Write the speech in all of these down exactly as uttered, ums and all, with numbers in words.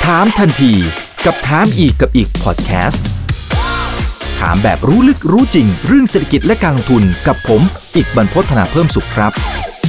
ถามทันทีกับถามอีกกับอีกพอดแคสต์ถามแบบรู้ลึกรู้จริงเรื่องเศรษฐกิจและการลงทุนกับผมอีกบรรพต ธนาเพิ่มสุขครับ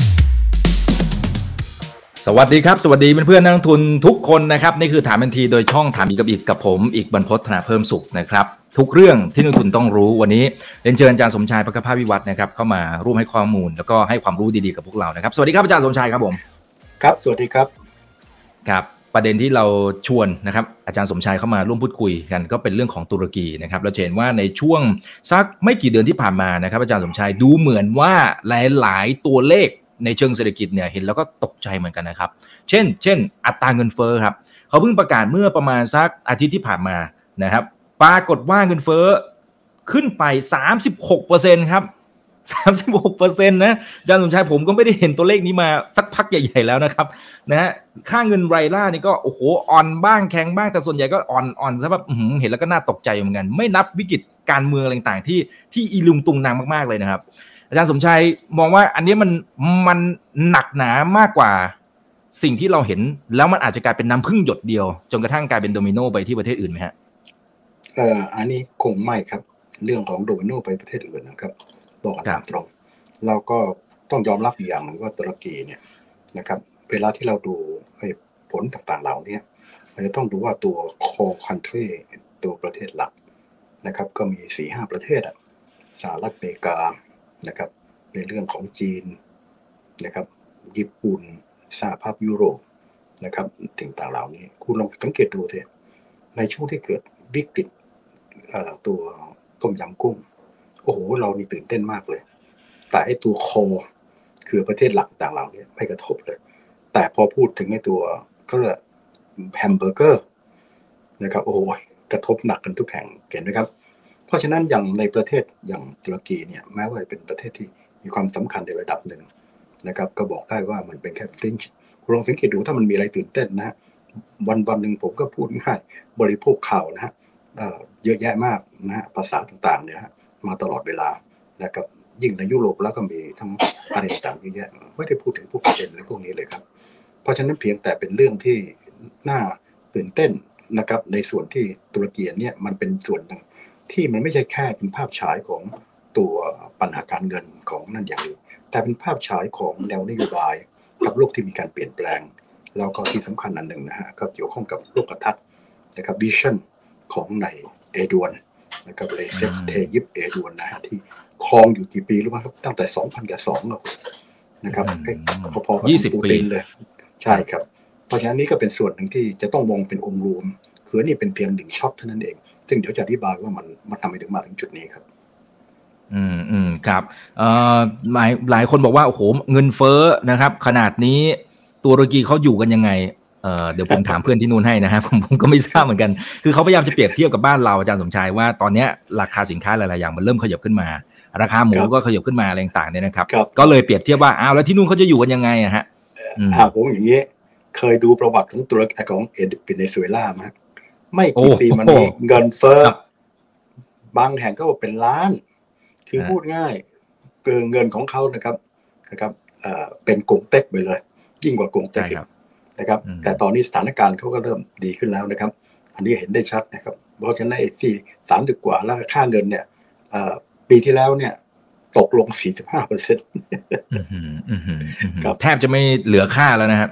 สวัสดีครับสวัสดีเพื่อนๆนักลงทุนทุกคนนะครับนี่คือถามทันทีโดยช่องถามอีกกับอีกกับผมอีกบรรพต ธนาเพิ่มสุขนะครับทุกเรื่องที่นักลงทุนต้องรู้วันนี้เรียนเชิญอาจารย์สมชายภักภาพวิวัฒน์นะครับเข้ามาร่วมให้ข้อมูลแล้วก็ให้ความรู้ดีๆกับพวกเรานะครับสวัสดีครับอาจารย์สมชายครับผมครับสวัสดีครับครับประเด็นที่เราชวนนะครับอาจารย์สมชายเข้ามาร่วมพูดคุยกันก็เป็นเรื่องของตุรกีนะครับเราเห็นว่าในช่วงสักไม่กี่เดือนที่ผ่านมานะครับอาจารย์สมชายดูเหมือนว่าหลายๆตัวเลขในเชิงเศรษฐกิจเนี่ยเห็นแล้วก็ตกใจเหมือนกันนะครับเช่นเช่นอัตราเงินเฟ้อครับเขาเพิ่งประกาศเมื่อประมาณสักอาทิตย์ที่ผ่านมานะครับปรากฏว่าเงินเฟ้อขึ้นไป สามสิบหกเปอร์เซ็นต์ ครับ สามสิบหกเปอร์เซ็นต์ นะอาจารย์สมชายผมก็ไม่ได้เห็นตัวเลขนี้มาสักพักใหญ่ๆแล้วนะครับนะฮะค่าเงินไรล่านี่ก็โอ้โหอ่อนบ้างแข็งบ้างแต่ส่วนใหญ่ก็อ่อนอ่อนซะแบบเห็นแล้วก็น่าตกใจเหมือนกันไม่นับวิกฤตการเมืองอะไรต่างๆที่ที่อีลุงตุงนางมากๆเลยนะครับอาจารย์สมชายมองว่าอันนี้มันมันหนักหนามากกว่าสิ่งที่เราเห็นแล้วมันอาจจะกลายเป็นน้ำพึ่งหยดเดียวจนกระทั่งกลายเป็นโดมิโนไปที่ประเทศอื่นไหมฮะเอ่ออันนี้คงไม่ครับเรื่องของโดมิโนไปประเทศอื่นนะครับบอกกันตามตรงเราก็ต้องยอมรับอย่างนึงว่าตุรกีเนี่ยนะครับเวลาที่เราดูผลต่างๆเหล่านี้เราจะต้องดูว่าตัว core country ตัวประเทศหลักนะครับก็มี สี่ห้า ประเทศอ่ะสหรัฐอเมริกานะครับในเรื่องของจีนนะครับญี่ปุ่นสหภาพยุโรปนะครับต่างๆเหล่านี้คุณลองสังเกตดูเถอะในช่วงที่เกิดวิกฤตตัวต้มยำกุ้งโอ้โหเรานี่ตื่นเต้นมากเลยแต่ไอ้ตัวคอคือประเทศหลักต่างเหล่านี้ไม่กระทบเลยแต่พอพูดถึงไอ้ตัวก็เรียกแฮมเบอร์เกอร์นะครับโอ้โหกระทบหนักกันทุกแห่งเห็นไหมครับเพราะฉะนั้นอย่างในประเทศอย่างตุรกีเนี่ยแม้ว่าเป็นประเทศที่มีความสำคัญในระดับหนึ่งนะครับก็บอกได้ว่ามันเป็นแค่ฟรินช์คุณลองสังเกตดูถ้ามันมีอะไรตื่นเต้นนะวันวันหนึ่งผมก็พูดง่ายบริโภคข่าวนะฮะเยอะแยะมากนะฮะภาษาต่างๆเนี่ยมาตลอดเวลานะครับยิ่งในยุโรปแล้วก็มีทั้งอะไรต่างๆเยอะแยะไม่ได้พูดถึงพวกประเด็นอะไรพวกนี้เลยครับเพราะฉะนั้นเพียงแต่เป็นเรื่องที่น่าตื่นเต้นนะครับในส่วนที่ตุรกีเนี่ยมันเป็นส่วนหนึ่งที่มันไม่ใช่แค่เป็นภาพฉายของตัวปัญหาการเงินของนั่นอย่างเดียวแต่เป็นภาพฉายของแนวนโยบายกับโลกที่มีการเปลี่ยนแปลงแล้วก็ที่สำคัญอันหนึ่งนะฮะก็เกี่ยวข้องกับโลกทัศน์นะครับวิชั่นของในเอดวนนะครับเรเซปเทยิปเอดวนนะฮะที่ครองอยู่กี่ปีรู้ไหมครับตั้งแต่สองพันสองนะครับพอๆกับปูตินเลยใช่ครับเพราะฉะนั้นนี่ก็เป็นส่วนหนึ่งที่จะต้องมองเป็นองค์รวมคือนี่เป็นเพียงหนึ่งช็อตเท่านั้นเองซึ่งเดี๋ยวจะอธิบายว่ามันมันทำให้ถึงมาถึงจุดนี้ครับอืมอืมครับเอ่อหลายหลายคนบอกว่าโอ้โหเงินเฟ้อนะครับขนาดนี้ตุรกีเขาอยู่กันยังไงเอ่อเดี๋ยวผมถามเพื่อนที่นู่นให้นะครับผมผมก็ไม่ทราบเหมือนกันคือเขาพยายามจะเปรียบเทียบกับบ้านเราอาจารย์สมชายว่าตอนนี้ราคาสินค้าหลายๆอย่างมันเริ่มขยับขึ้นมาราคาหมูก็ขยับขึ้นมาอะไรต่างๆเนี่ยนะครับก็เลยเปรียบเทียบว่าอ้าวแล้วที่นู่นเขาจะอยู่กันยังไงอะฮะอ่าผมอย่างนี้เคยดูประวัติของตุรกีของเวเนซุเอลามั้ยไม่กี่ปีมานี้เงินเฟ้อบางแห่งก็บอกเป็นล้านคือพูดง่ายเกินเงินของเขานะครับนะครับเอ่อเป็นกงเต็กไปเลยยิ่งกว่ากงเต็กนะครับแต่ตอนนี้สถานการณ์เขาก็เริ่มดีขึ้นแล้วนะครับอันนี้เห็นได้ชัดนะครับเพราะฉะนั้นไอ้ที่สามสิบกว่าแล้วค่าเงินเนี่ยเอ่อปีที่แล้วเนี่ยตกลง สี่สิบห้าเปอร์เซ็นต์อืมอืมครับแทบจะไม่เหลือค่าแล้วนะครับ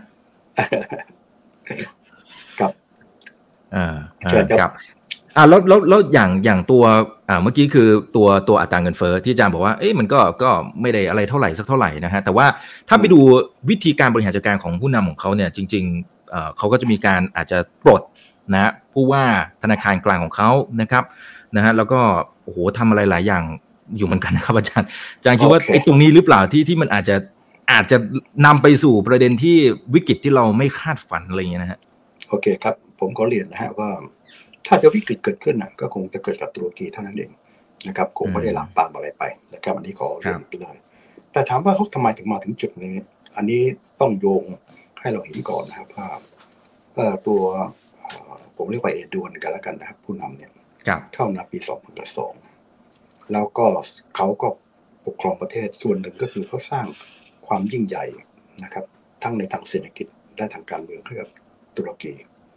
ครับอ่าครับอ่าแล้วแล้วแล้วอย่างอย่างตัวอ่าเมื่อกี้คือตัวตัวอัตราเงินเฟ้อที่อาจารย์บอกว่าเอ๊ะมันก็ก็ไม่ได้อะไรเท่าไหร่สักเท่าไหร่นะฮะแต่ว่าถ้าไปดูวิธีการบริหารจัดการของผู้นำของเขาเนี่ยจริงๆเอ่อเขาก็จะมีการอาจจะปลดนะผู้ว่าธนาคารกลางของเขานะครับนะฮะแล้วก็โอ้โหทำอะไรหลายอย่างอยู่เหมือนกันนะครับอาจารย์อาจารย์คิดว่าไอ้ตรงนี้หรือเปล่าที่ที่มันอาจจะอาจจะนำไปสู่ประเด็นที่วิกฤตที่เราไม่คาดฝันอะไรอย่างเงี้ยนะฮะโอเคครับผมขอเรียนนะฮะว่าถ้าจะวิกฤตเกิดขึ้นนะก็คงจะเกิดกับตุรกีเท่านั้นเองนะครับคงไม่ได้ลามปามอะไรไปนะครับอันนี้ขอเรียนเลยแต่ถามว่าเขาทำไมถึงมาถึงจุดนี้อันนี้ต้องโยงให้เราเห็นก่อนนะครับว่าตัวผมเรียกว่าเอดวนกันแล้วกันนะครับผู้นำเนี่ยเข้าในปีสองพันสองแล้วก็เขาก็ปกครองประเทศส่วนหนึ่งก็คือเขาสร้างความยิ่งใหญ่นะครับทั้งในทางเศรษฐกิจและทางการเมืองให้กับตุรกี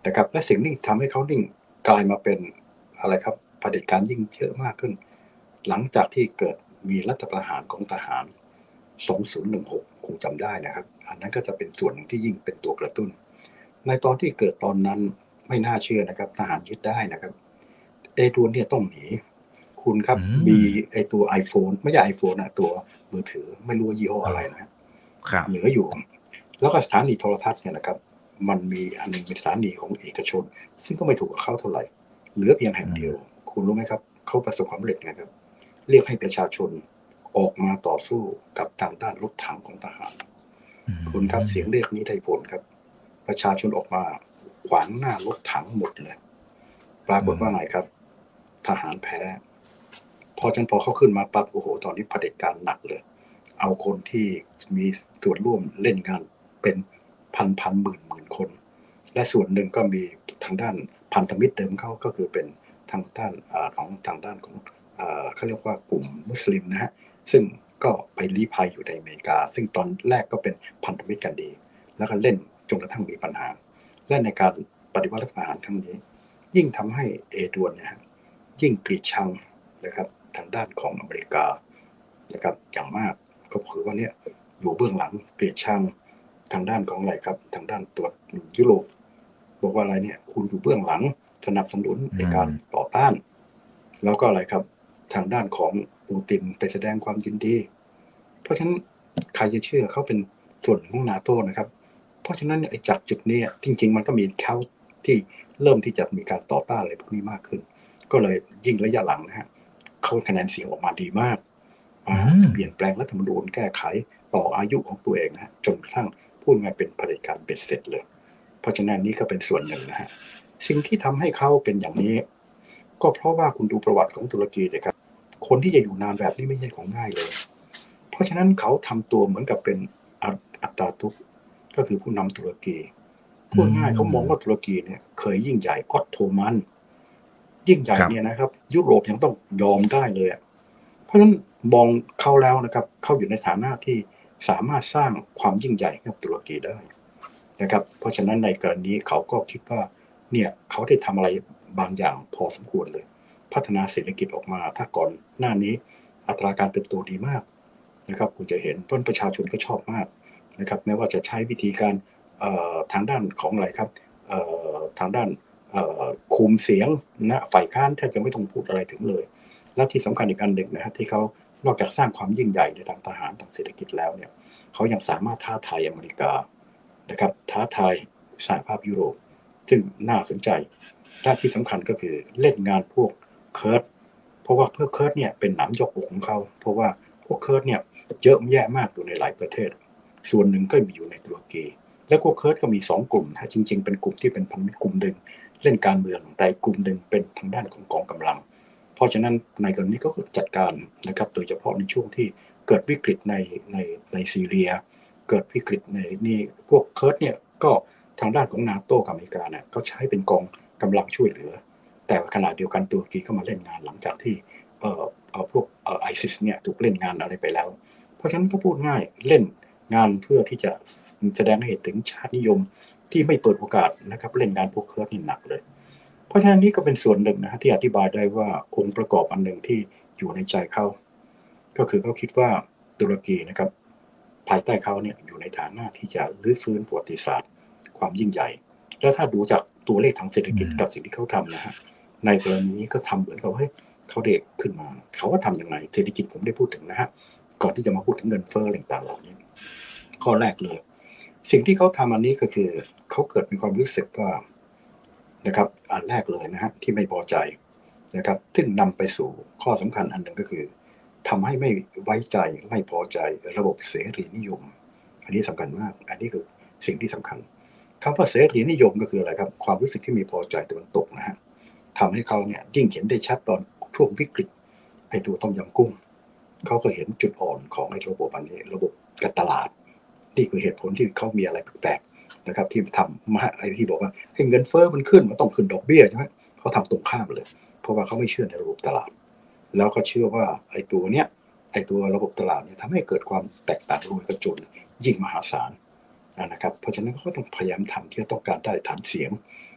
นะครับและสิ่งที่ทำให้เขานิ่งกลายมาเป็นอะไรครับเผด็จการยิ่งเยอะมากขึ้นหลังจากที่เกิดมีรัฐประหารของทหารสองพันสิบหกคงจำได้นะครับอันนั้นก็จะเป็นส่วนหนึ่งที่ยิ่งเป็นตัวกระตุ้นในตอนที่เกิดตอนนั้นไม่น่าเชื่อนะครับทหารยึดได้นะครับเอดวนเนี่ยต้องหนีคุณครับมีไอตัว iPhone ไม่ใช่ iPhone นะตัวมือถือไม่รู้ว่ายี่ห้ออะไรนะครับเหลืออยู่แล้วก็สถานีโทรทัศน์เนี่ยนะครับมันมีอันนึงเป็นสถานีของเอกชนซึ่งก็ไม่ถูกกับเขาเท่าไหร่เหลือเพียงแห่งเดียวคุณรู้ไหมครับเขาประสบความสำเร็จนะครับเรียกให้ประชาชนออกมาต่อสู้กับทางด้านรถถังของทหารคุณครับเสียงเรียกนี้ได้ผลครับประชาชนออกมาขวางหน้ารถถังหมดเลยปรากฏว่าไงครับทหารแพ้พอจนพอเขาขึ้นมาปั๊บโอ้โหตอนนี้เผด็จการหนักเลยเอาคนที่มีส่วนร่วมเล่นงานเป็นพันพันหมื่นหมื่นคนและส่วนหนึ่งก็มีทางด้านพันธมิตรเดิมเขาก็คือเป็นทางด้านของทางด้านของเขาเรียกว่ากลุ่มมุสลิมนะฮะซึ่งก็ไปลี้ภัยอยู่ในอเมริกาซึ่งตอนแรกก็เป็นพันธมิตรกันดีแล้วก็เล่นจนกระทั่งมีปัญหาและในการปฏิวัติรัฐประหารครั้งนี้ยิ่งทำให้เอดวนเนี่ยยิ่งกรีดชังนะครับทางด้านของอเมริกานะครับอย่างมากก็คือว่าเนี่ยอยู่เบื้องหลังเกลียดชังทางด้านของอะไรครับทางด้านตัวยุโรปบอกว่าอะไรเนี่ยคุณอยู่เบื้องหลังสนับสนุนในการต่อต้านแล้วก็อะไรครับทางด้านของปูตินไปแสดงความยินดีเพราะฉะนั้นใครจะเชื่อเขาเป็นส่วนของนาโต้นะครับเพราะฉะนั้นไอ้จากจุดนี้จริงๆมันก็มีเขาที่เริ่มที่จะมีการต่อต้านอะไรพวกนี้มากขึ้นก็เลยยิ่งระยะหลังนะฮะเขาคะแนนเสียงออกมาดีมากเปลี่ยนแปลงรัฐธรรมนูญแก้ไขต่ออายุของตัวเองนะฮะจนกระทั่งพูดง่ายเป็นเผด็จการเบ็ดเสร็จเลยเพราะฉะนั้นนี่ก็เป็นส่วนหนึ่งนะฮะสิ่งที่ทำให้เขาเป็นอย่างนี้ก็เพราะว่าคุณดูประวัติของตุรกีเลยครับคนที่จะอยู่นานแบบนี้ไม่ใช่ของง่ายเลยเพราะฉะนั้นเขาทำตัวเหมือนกับเป็นอัตตาตุกก็คือผู้นำตุรกีพูดง่ายเขามองว่าตุรกีเนี่ยเคยยิ่งใหญ่ออตโตมันยิ่งใหญ่เนี่ยนะครับยุโรปยังต้องยอมได้เลยเพราะฉะนั้นมองเขาแล้วนะครับเขาอยู่ในฐานะที่สามารถสร้างความยิ่งใหญ่ให้กับตุรกีได้นะครับเพราะฉะนั้นในกรณีเขาก็คิดว่าเนี่ยเขาได้ทำอะไรบางอย่างพอสมควรเลยพัฒนาเศรษฐกิจออกมาถ้าก่อนหน้านี้อัตราการเติบโตดีมากนะครับคุณจะเห็นต้นประชาชนก็ชอบมากนะครับแม้ว่าจะใช้วิธีการทางด้านของอะไรครับทางด้านคุมเสียงนะฝ่ายค้านแทบจะไม่ต้องพูดอะไรถึงเลยและที่สำคัญอีกอันหนึ่งนะฮะที่เขานอกจากสร้างความยิ่งใหญ่ในทางทหารทางเศรษฐกิจแล้วเนี่ยเขายังสามารถท้าทายอเมริกานะครับท้าทายสหภาพยุโรปซึ่งน่าสนใจและที่สำคัญก็คือเล่นงานพวกเคิร์ดเพราะว่าพวกเคิร์ดเนี่ยเป็นหนามยกอกของเขาเพราะว่าพวกเคิร์ดเนี่ยเยอะแยะมากอยู่ในหลายประเทศส่วนหนึ่งก็มีอยู่ในตุรกีและพวกเคิร์ดก็มีสองกลุ่มถ้าจริงๆเป็นกลุ่มที่เป็นพันธมิตรกลุ่มหนึ่งเล่นการเมืองแต่กลุ่มหนึ่งเป็นทางด้านของกองกำลังเพราะฉะนั้นในกรณีก็จัดการนะครับโดยเฉพาะในช่วงที่เกิดวิกฤตในในในซีเรียเกิดวิกฤตในนี่พวกเคิร์ดเนี่ยก็ทางด้านของนาโต้กับอเมริกาเนี่ยเขาใช้เป็นกองกำลังช่วยเหลือแต่ขณะเดียวกันตุรกีก็มาเล่นงานหลังจากที่เอ่อเอ่อพวกเอ่อไอซิสเนี่ยถูกเล่นงานอะไรไปแล้วเพราะฉะนั้นก็พูดง่ายเล่นงานเพื่อที่จะแสดงให้เห็นถึงชาตินิยมที่ไม่เปิดโอกาสนะครับเล่นงานพวกเคิร์ดนี่หนักเลยเพราะฉะนั้นนี่ก็เป็นส่วนหนึ่งนะฮะที่อธิบายได้ว่าองค์ประกอบอันหนึ่งที่อยู่ในใจเขาก็คือเขาคิดว่าตุรกีนะครับภายใต้เขาเนี่ยอยู่ในฐานะที่จะรื้อฟื้นประวัติศาสตร์ความยิ่งใหญ่แล้วถ้าดูจากตัวเลขทางเศรษฐกิจกับสิ่งที่เขาทำนะฮะในกรณีนี้ก็ทำเหมือนกับเฮ้ยเขาเด็กขึ้นมาเขาว่าทำอย่างไรเศรษฐกิจผมได้พูดถึงนะฮะก่อนที่จะมาพูดถึงเงินเฟ้อต่างๆเหล่านี้ข้อแรกเลยสิ่งที่เขาทำอันนี้ก็คือเขาเกิดมีความรู้สึกว่านะครับอันแรกเลยนะฮะที่ไม่พอใจนะครับซึ่งนำไปสู่ข้อสำคัญอันหนึ่งก็คือทำให้ไม่ไว้ใจไม่พอใจระบบเสรีนิยมอันนี้สำคัญมากอันนี้คือสิ่งที่สำคัญคำว่าเสรีนิยมก็คืออะไรครับความรู้สึกที่มีพอใจตะวันตกนะฮะทำให้เขาเนี่ยยิ่งเห็นได้ชัดตอนช่วงวิกฤตไอ้ตัวต้มยำกุ้งเขาก็เห็นจุดอ่อนของไอ้ระบบอันนี้ระบบการตลาดนี่คือเหตุผลที่เขามีอะไรแปลกๆนะครับที่ทำมาไอ้ที่บอกว่าให้เงินเฟ้อมันขึ้นมันต้องขึ้นดอกเบี้ยใช่ไหมเขาทำตรงข้ามเลยเพราะว่าเขาไม่เชื่อในระบบตลาดแล้วก็เชื่อว่าไอ้ตัวเนี้ยไอ้ตัวระบบตลาดเนี่ยทำให้เกิดความแตกต่างรวยกับจนยิ่งมหาศาลนะครับเพราะฉะนั้นเขาต้องพยายามทำที่ต้องการได้ฐานเสียง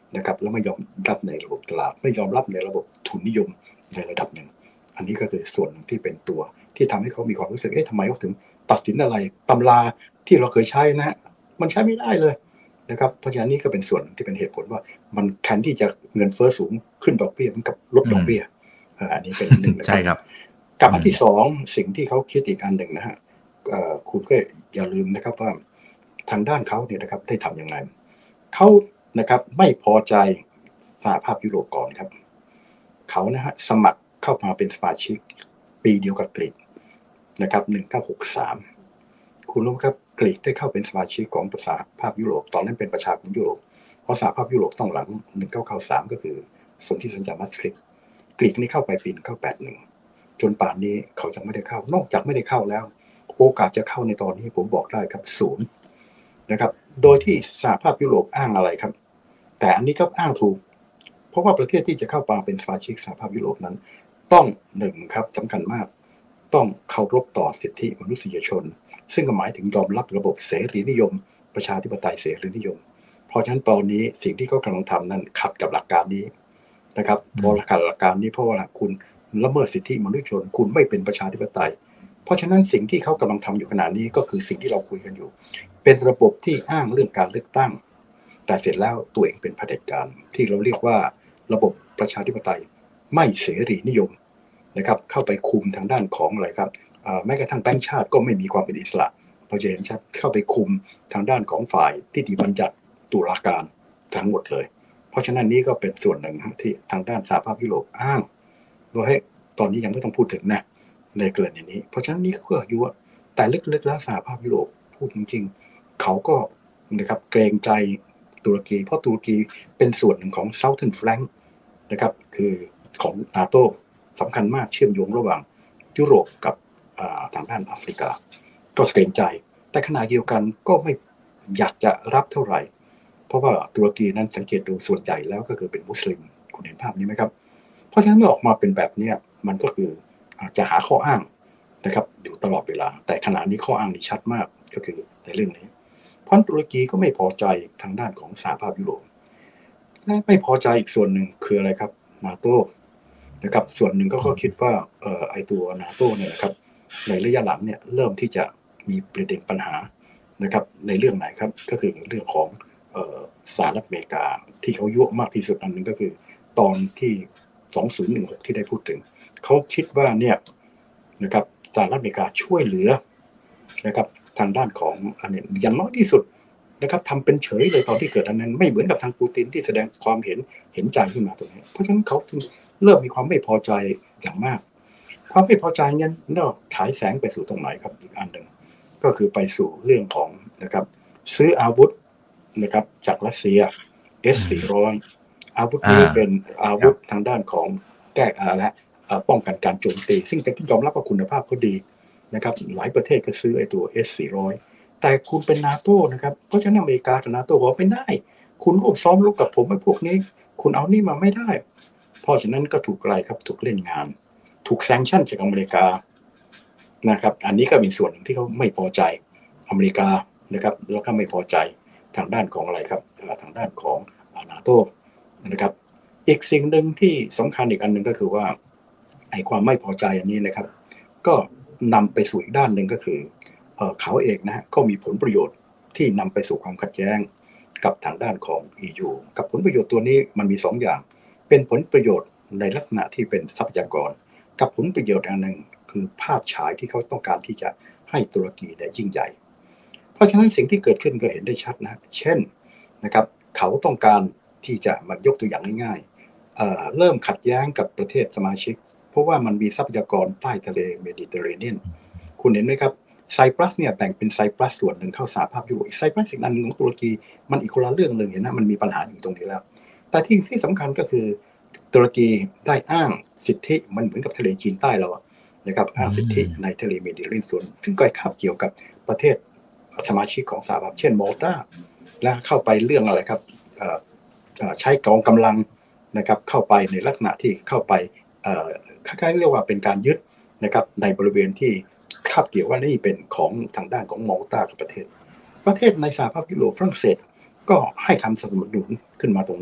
นะครับแล้วไม่ยอมรับในระบบตลาดไม่ยอมรับในระบบทุนนิยมในระดับหนึ่งอันนี้ก็คือส่วนหนึ่งที่เป็นตัวที่ทำให้เขามีความรู้สึกเอ๊ะทำไมเขาถึงตัดสินอะไรตำราที่เราเคยใช้นะฮะมันใช้ไม่ได้เลยนะครับเพราะฉะนั้นนี่ก็เป็นส่วนที่เป็นเหตุผลว่ามันแทนที่จะเงินเฟ้อสูงขึ้นดอกเบี้ยมันกับลดดอกเบี้ยอันนี้เป็นหนึ่งนะครับใช่ครับกับอันที่สองสิ่งที่เขาคิดอีกอันหนึ่งนะฮะคุณก็อย่าลืมนะครับว่าทางด้านเขาเนี่ยนะครับได้ทำยังไงเขานะครับไม่พอใจสหภาพยุโรปก่อนครับเขานะฮะสมัครเข้ามาเป็นสมาชิกปีเดียวกับกรีกนะครับหนึ่งพันเก้าร้อยหกสิบสามคุณรู้ครับกรีกได้เข้าเป็นสมาชิกของสหภาพยุโรปตอนนั้นเป็นประชาคมยุโรปเพราะสหภาพยุโรปต้องหลังหนึ่งพันเก้าร้อยเก้าสิบสามก็คือสนธิสัญญามาสตริกต์กรีกนี่เข้าไปปีหนึ่งพันเก้าร้อยแปดสิบเอ็ดจนป่านนี้เขายังไม่ได้เข้านอกจากไม่ได้เข้าแล้วโอกาสจะเข้าในตอนนี้ผมบอกได้ครับศูนย์นะครับโดยที่สหภาพยุโรปอ้างอะไรครับแต่อันนี้ก็อ้างถูกเพราะว่าประเทศที่จะเข้ามาเป็นสมาชิกสหภาพยุโรปนั้นต้องหนึ่งครับสำคัญมากต้องเคารพต่อสิทธิมนุษยชนซึ่งหมายถึงยอมรับระบบเสรีนิยมประชาธิปไตยเสรีนิยมเพราะฉะนั้นตอนนี้สิ่งที่เขากำลังทำนั้นขัดกับหลักการนี้นะครับพอขัดหลักการนี้เพราะว่าคุณละเมิดสิทธิมนุษยชนคุณไม่เป็นประชาธิปไตยเพราะฉะนั้นสิ่งที่เขากำลังทำอยู่ขณะนี้ก็คือสิ่งที่เราคุยกันอยู่เป็นระบบที่อ้างเรื่องการเลือกตั้งแต่เสร็จแล้วตัวเองเป็นเผด็จการที่เราเรียกว่าระบบประชาธิปไตยไม่เสรีนิยมนะครับเข้าไปคุมทางด้านของอะไรครับแม้กระทั่งแบงก์ชาติก็ไม่มีความเป็นอิสระเราจะเห็นชัดเข้าไปคุมทางด้านของฝ่ายที่ดีบัญญัติตุลาการทั้งหมดเลยเพราะฉะนั้นนี้ก็เป็นส่วนหนึ่งที่ทางด้านสหภาพยุโรปอ้างว่าให้ตอนนี้ยังไม่ต้องพูดถึงนะในกรณีนี้เพราะฉะนั้นนี่ก็ยั่วแต่ลึกๆแล้วสหภาพยุโรปพูดจริงๆเขาก็นะครับเกรงใจตุรกีเพราะตุรกีเป็นส่วนหนึ่งของ Southern Flank นะครับคือของ NATO สำคัญมากเชื่อมโยงระหว่างยุโรปกับทางด้านแอฟริกาก็เกรงใจแต่ขณะเดียวกันก็ไม่อยากจะรับเท่าไหร่เพราะว่าตุรกีนั้นสังเกตดูส่วนใหญ่แล้วก็คือเป็นมุสลิมคุณเห็นภาพนี้ไหมครับเพราะฉะนั้นเมื่อออกมาเป็นแบบนี้มันก็คืออาจจะหาข้ออ้างนะครับอยู่ตลอดเวลาแต่ขณะนี้ข้ออ้างนี้ชัดมากก็คือในเรื่องนี้เพราะตุรกีก็ไม่พอใจทางด้านของสหภาพยุโรปและไม่พอใจอีกส่วนหนึ่งคืออะไรครับนาโต้นะครับส่วนหนึ่งก็เขาคิดว่าเอ่อไอตัวนาโต้เนี่ยนะครับในระยะหลังเนี่ยเริ่มที่จะมีประเด็นปัญหานะครับในเรื่องไหนครับก็คือเรื่องของเอ่อสหรัฐอเมริกาที่เขายั่วมากที่สุดอันนึงก็คือตอนที่สองพันสิบหกที่ได้พูดถึงเขาคิดว่าเนี่ยนะครับสหรัฐอเมริกาช่วยเหลือนะครับทางด้านของอันนี้อย่างน้อยที่สุดนะครับทำเป็นเฉยเลยตอนที่เกิดอันนั้นไม่เหมือนกับทางปูตินที่แสดงความเห็นเห็นใจขึ้นมาตรงนี้เพราะฉะนั้นเขาจึงเริ่มมีความไม่พอใจอย่างมากความไม่พอใจนั้นน่าฉายแสงไปสู่ตรงไหนครับอีกอันหนึ่งก็คือไปสู่เรื่องของนะครับซื้ออาวุธนะครับจากรัสเซีย เอส สี่ร้อย อาวุธนี้เป็นอาวุธทางด้านของแก้อะไรป้องกันการโจมตีซึ่งต้องยอมรับว่าคุณภาพก็ดีนะครับหลายประเทศก็ซื้อไอ้ตัว เอส สี่ร้อย แต่คุณเป็น NATO นะครับเพราะฉะนั้นอเมริกากับ NATO บอกไม่ได้คุณร่วมซ้อมรบกับผมไอ้พวกนี้คุณเอานี่มาไม่ได้เพราะฉะนั้นก็ถูกอะไรครับถูกเล่นงานถูกแซงชั่นจากอเมริกานะครับอันนี้ก็เป็นส่วนหนึ่งที่เขาไม่พอใจอเมริกานะครับแล้วก็ไม่พอใจทางด้านของอะไรครับทางด้านของ NATO นะครับอีกสิ่งหนึ่งที่สำคัญอีกอันหนึ่งก็คือว่าไอ้ความไม่พอใจอันนี้นะครับก็นำไปสู่อีกด้านหนึ่งก็คือเอ่อเขาเองนะฮะก็มีผลประโยชน์ที่นำไปสู่ความขัดแย้งกับทางด้านของ อี ยู กับผลประโยชน์ตัวนี้มันมีสองอย่างเป็นผลประโยชน์ในลักษณะที่เป็นทรัพยากรกับผลประโยชน์อันหนึ่งคือภาพฉายที่เขาต้องการที่จะให้ตุรกีได้ยิ่งใหญ่เพราะฉะนั้นสิ่งที่เกิดขึ้นก็เห็นได้ชัดนะเช่นนะครับเขาต้องการที่จะมายกตัวอย่างง่ายๆ เอ่อ เริ่มขัดแย้งกับประเทศสมาชิกเพราะว่ามันมีทรัพยากรใต้ทะเลเมดิเตอร์เรเนียนคุณเห็นไหมครับไซปรัสเนี่ยแบ่งเป็นไซปรัสส่วนหนึ่งเข้าสหภาพยุโรปไซปรัสอีกอันนึงของตุรกีมันอีกคนละเรื่องเลยเห็นนะมันมีปัญหาอยู่ตรงนี้แล้วแต่ที่ที่สำคัญก็คือตุรกีได้อ้างสิทธิมันเหมือนกับทะเลจีนใต้เราอะนะครับอ้างสิทธิในทะเลเมดิเตอร์เรเนียนส่วนซึ่งก็คาบเกี่ยวกับประเทศสมาชิกของสหภาพเช่นมอลตาและเข้าไปเรื่องอะไรครับใช้กองกำลังนะครับเข้าไปในลักษณะที่เข้าไปคล้ายๆเรียกว่าเป็นการยึดนะครับในบริเวณที่คาบเกี่ยวว่านี่เป็นของทางด้านของมอลตากับประเทศประเทศในสหภาพยุโรปฝรั่งเศสก็ให้คำสนับสนุนขึ้นมาตรงนี้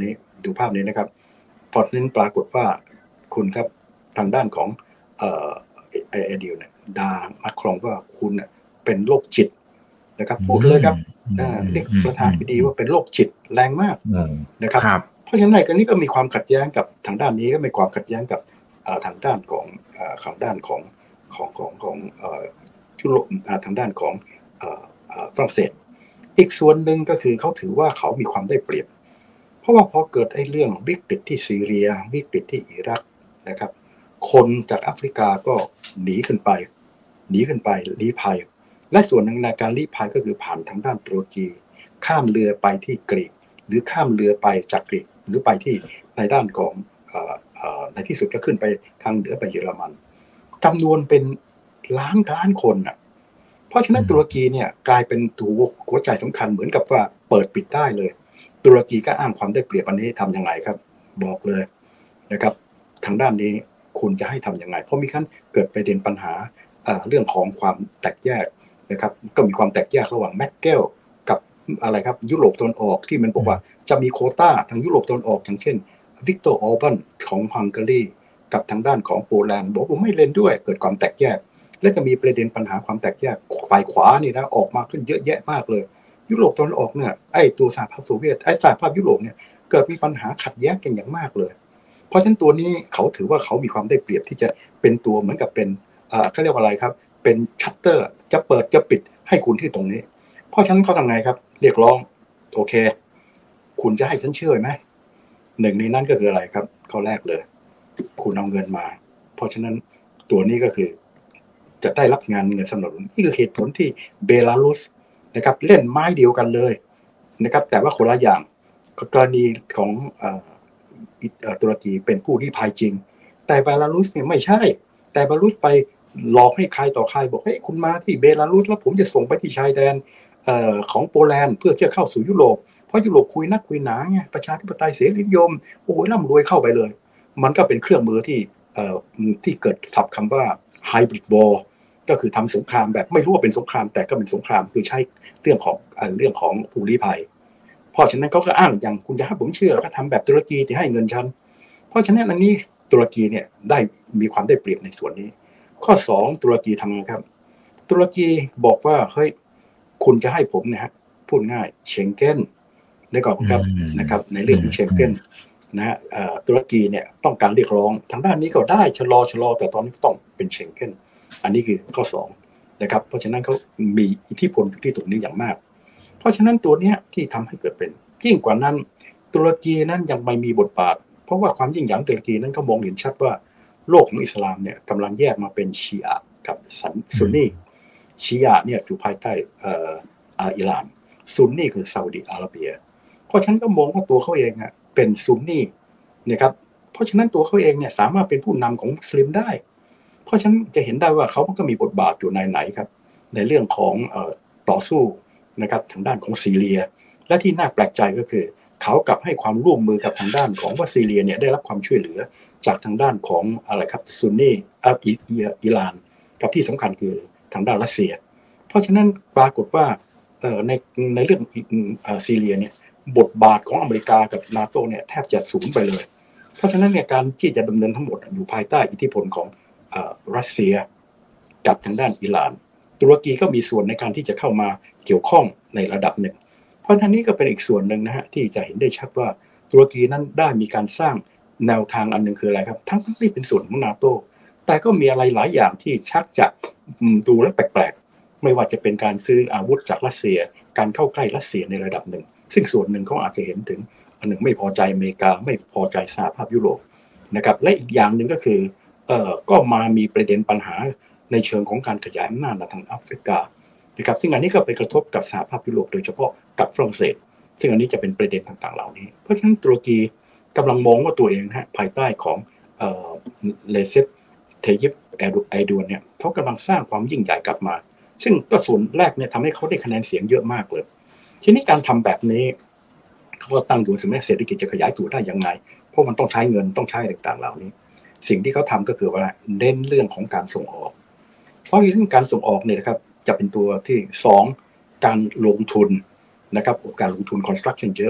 ดูภาพนี้นะครับพอนั้นปรากฏว่าคุณครับทางด้านของเอ่อไอเดียเนี่ยดามาครองว่าคุณเน่ยเป็นโรคจิตนะครับพูดเลยครับเรียกประธานาธิบดีว่าเป็นโรคจิตแรงมากนะครับเพราะฉะนั้นในกรณีก็มีความขัดแย้งกับทางด้านนี้ก็มีความขัดแย้งกับทางด้านของทางด้านของของของของยุโรปทางด้านของฝรั่งเศสอีกส่วนหนึ่งก็คือเขาถือว่าเขามีความได้เปรียบเพราะว่าพอเกิดไอ้เรื่องวิกฤตที่ซีเรียวิกฤตที่อิรักนะครับคนจากแอฟริกาก็หนีขึ้นไปหนีขึ้นไปลี้ภัยและส่วนหนึ่งในการลี้ภัยก็คือผ่านทางด้านตุรกีข้ามเรือไปที่กรีกหรือข้ามเรือไปจากกรีกหรือไปที่ในด้านของในที่สุดก็ขึ้นไปทางเหนือไปเยอรมันจำนวนเป็นล้านล้านคนอ่ะเพราะฉะนั้นตุรกีเนี่ยกลายเป็นตัวหัวใจสำคัญเหมือนกับว่าเปิดปิดได้เลยตุรกีก็อ้างความได้เปรียบอันนี้ทำยังไงครับบอกเลยนะครับทางด้านนี้คุณจะให้ทำยังไงเพราะมีขั้นเกิดประเด็นปัญหาเรื่องของความแตกแยกนะครับก็มีความแตกแยกระหว่างแมคเกลกับอะไรครับยุโรปตะวันออกที่มันบอกว่าจะมีโควต้าทางยุโรปตะวันออกอย่างเช่นวิกตอร์ออร์บันของฮังการีกับทางด้านของโปแลนด์บอกผมไม่เล่นด้วยเกิดความแตกแยกและจะมีประเด็นปัญหาความแตกแยกฝ่ายขวานี่นะออกมาขึ้นเยอะแยะมากเลยยุโรปตะวันออกเนี่ยไอ้ตัวสหภาพโซเวียตไอ้สหภาพยุโรปเนี่ยเกิดมีปัญหาขัดแย้งกันอย่างมากเลยเพราะฉะนั้นตัวนี้เขาถือว่าเขามีความได้เปรียบที่จะเป็นตัวเหมือนกับเป็นอ่าเขาเรียกว่าอะไรครับเป็นชัตเตอร์จะเปิดจะปิดให้คุณที่ตรงนี้เพราะฉะนั้นเขาทำไงครับเรียกร้องโอเคคุณจะให้ฉันเชื่อไหมหนึ่งในนั้นก็คืออะไรครับข้อแรกเลยคุณเอาเงินมาเพราะฉะนั้นตัวนี้ก็คือจะได้รับงานเงินสนับสนุนนี่คือเหตุผลที่เบลารุสนะครับเล่นไม้เดียวกันเลยนะครับแต่ว่าคนละอย่างกรณีของตุรกีเป็นผู้ลี้ภัยจริงแต่เบลารุสเนี่ยไม่ใช่แต่เบลารุสไปหลอกให้ใครต่อใครบอกให้คุณมาที่เบลารุสแล้วผมจะส่งไปที่ชายแดนของโปแลนด์เพื่อจะเข้าสู่ยุโรปเพราะยุโรปคุยนักคุยหนาไงประชาธิปไตยเสรีนิยมโอ้ยร่ำรวยเข้าไปเลยมันก็เป็นเครื่องมือที่ที่เกิดศัพท์คำว่า hybrid war ก็คือทำสงครามแบบไม่รู้ว่าเป็นสงครามแต่ก็เป็นสงครามคือใช้เรื่องของเรื่องของผู้ลี้ภัยเพราะฉะนั้นเขาก็อ้างอย่างคุณจะให้ผมเชื่อก็ทำแบบตุรกีที่ให้เงินฉันเพราะฉะนั้นอันนี้ตุรกีเนี่ยได้มีความได้เปรียบในส่วนนี้ข้อสองตุรกีทำไงครับตุรกีบอกว่าเฮ้ยคุณจะให้ผมเนี่ยฮะพูดง่ายเชงเก้นได้ก่อนครับนะครับในเรื่องของเชงเก้นนะฮะตุรกีเนี่ยต้องการเรียกร้องทางด้านนี้ก็ได้ชะลอชะลอแต่ตอนนี้ต้องเป็นเชงเก้นอันนี้คือข้อสองนะครับเพราะฉะนั้นเขามีอิทธิพลอยู่ที่ตรงนี้อย่างมากเพราะฉะนั้นตัวนี้ที่ทำให้เกิดเป็นยิ่งกว่านั้นตุรกีนั้นยังไม่มีบทบาทเพราะว่าความยิ่งใหญ่ของตุรกีนั้นก็มองเห็นชัดว่าโลกของอิสลามเนี่ยกำลังแยกมาเป็นชีอะห์กับซุนนีชีอะห์เนี่ยอยู่ภายใต้เอ่ออิหร่านซุนนีคือซาอุดิอาระเบียเพราะฉะนั้นก็มองว่าตัวเขาเองอ่ะเป็นซุนนีนะครับเพราะฉะนั้นตัวเขาเองเนี่ยสามารถเป็นผู้นำของมุสลิมได้เพราะฉะนั้นจะเห็นได้ว่าเขาก็มีบทบาทอยู่ในไหนครับในเรื่องของเอ่อต่อสู้นะครับทางด้านของซีเรียและที่น่าแปลกใจก็คือเขากลับให้ความร่วมมือกับทางด้านของว่าซีเรียเนี่ยได้รับความช่วยเหลือจากทางด้านของอะไรครับซุนนีอ่ะอิหร่านกับที่สำคัญคือทางด้านรัสเซียเพราะฉะนั้นปรากฏว่าเอ่อในในเรื่องอ่าซีเรียเนี่ยบทบาทของอเมริกากับ NATO เนี่ยแทบจะสูญไปเลยเพราะฉะนั้นเนี่ยการที่จะดำเนินทั้งหมดอยู่ภายใต้อิทธิพลของรัสเซียกับทางด้านอิหร่านตุรกีก็มีส่วนในการที่จะเข้ามาเกี่ยวข้องในระดับหนึ่งเพราะฉะนั้นนี่ก็เป็นอีกส่วนหนึ่งนะฮะที่จะเห็นได้ชัดว่าตุรกีนั้นได้มีการสร้างแนวทางอันหนึ่งคืออะไรครับทั้งที่เป็นส่วนของ NATO แต่ก็มีอะไรหลายอย่างที่ชักจะดูและแปลกๆไม่ว่าจะเป็นการซื้ออาวุธจากรัสเซียการเข้าใกล้รัสเซียในระดับหนึ่งซึ่งส่วนหนึ่งเขาอาจจะเห็นถึงอันหนึ่งไม่พอใจอเมริกาไม่พอใจสหภาพยุโรปนะครับและอีกอย่างหนึ่งก็คือเอ่อก็มามีประเด็นปัญหาในเชิงของการขยายอำนาจในทางแอฟริกานะครับซึ่งอันนี้ก็ไปกระทบกับสหภาพยุโรปโดยเฉพาะกับฝรั่งเศสซึ่งอันนี้จะเป็นประเด็นต่างๆเหล่านี้เพราะฉะนั้นตุรกีกำลังมองว่าตัวเองฮะภายใต้ของเอ่อเลเซปเทยิปแอร์ดวนเนี่ยเขากำลังสร้างความยิ่งใหญ่กลับมาซึ่งก็ส่วนแรกเนี่ยทำให้เขาได้คะแนนเสียงเยอะมากเลยทีนี้การทำแบบนี้เขาก็ตั้งอยู่สมมติเศรษฐกิจจะขยายตัวได้ยังไงเพราะมันต้องใช้เงินต้องใช้ต่างๆเหล่านี้สิ่งที่เขาทำก็คือว่าเน้นเรื่องของการส่งออกเพราะเรื่องการส่งออกเนี่ยนะครับจะเป็นตัวที่สองการลงทุนนะครับการลงทุน construction เยอะ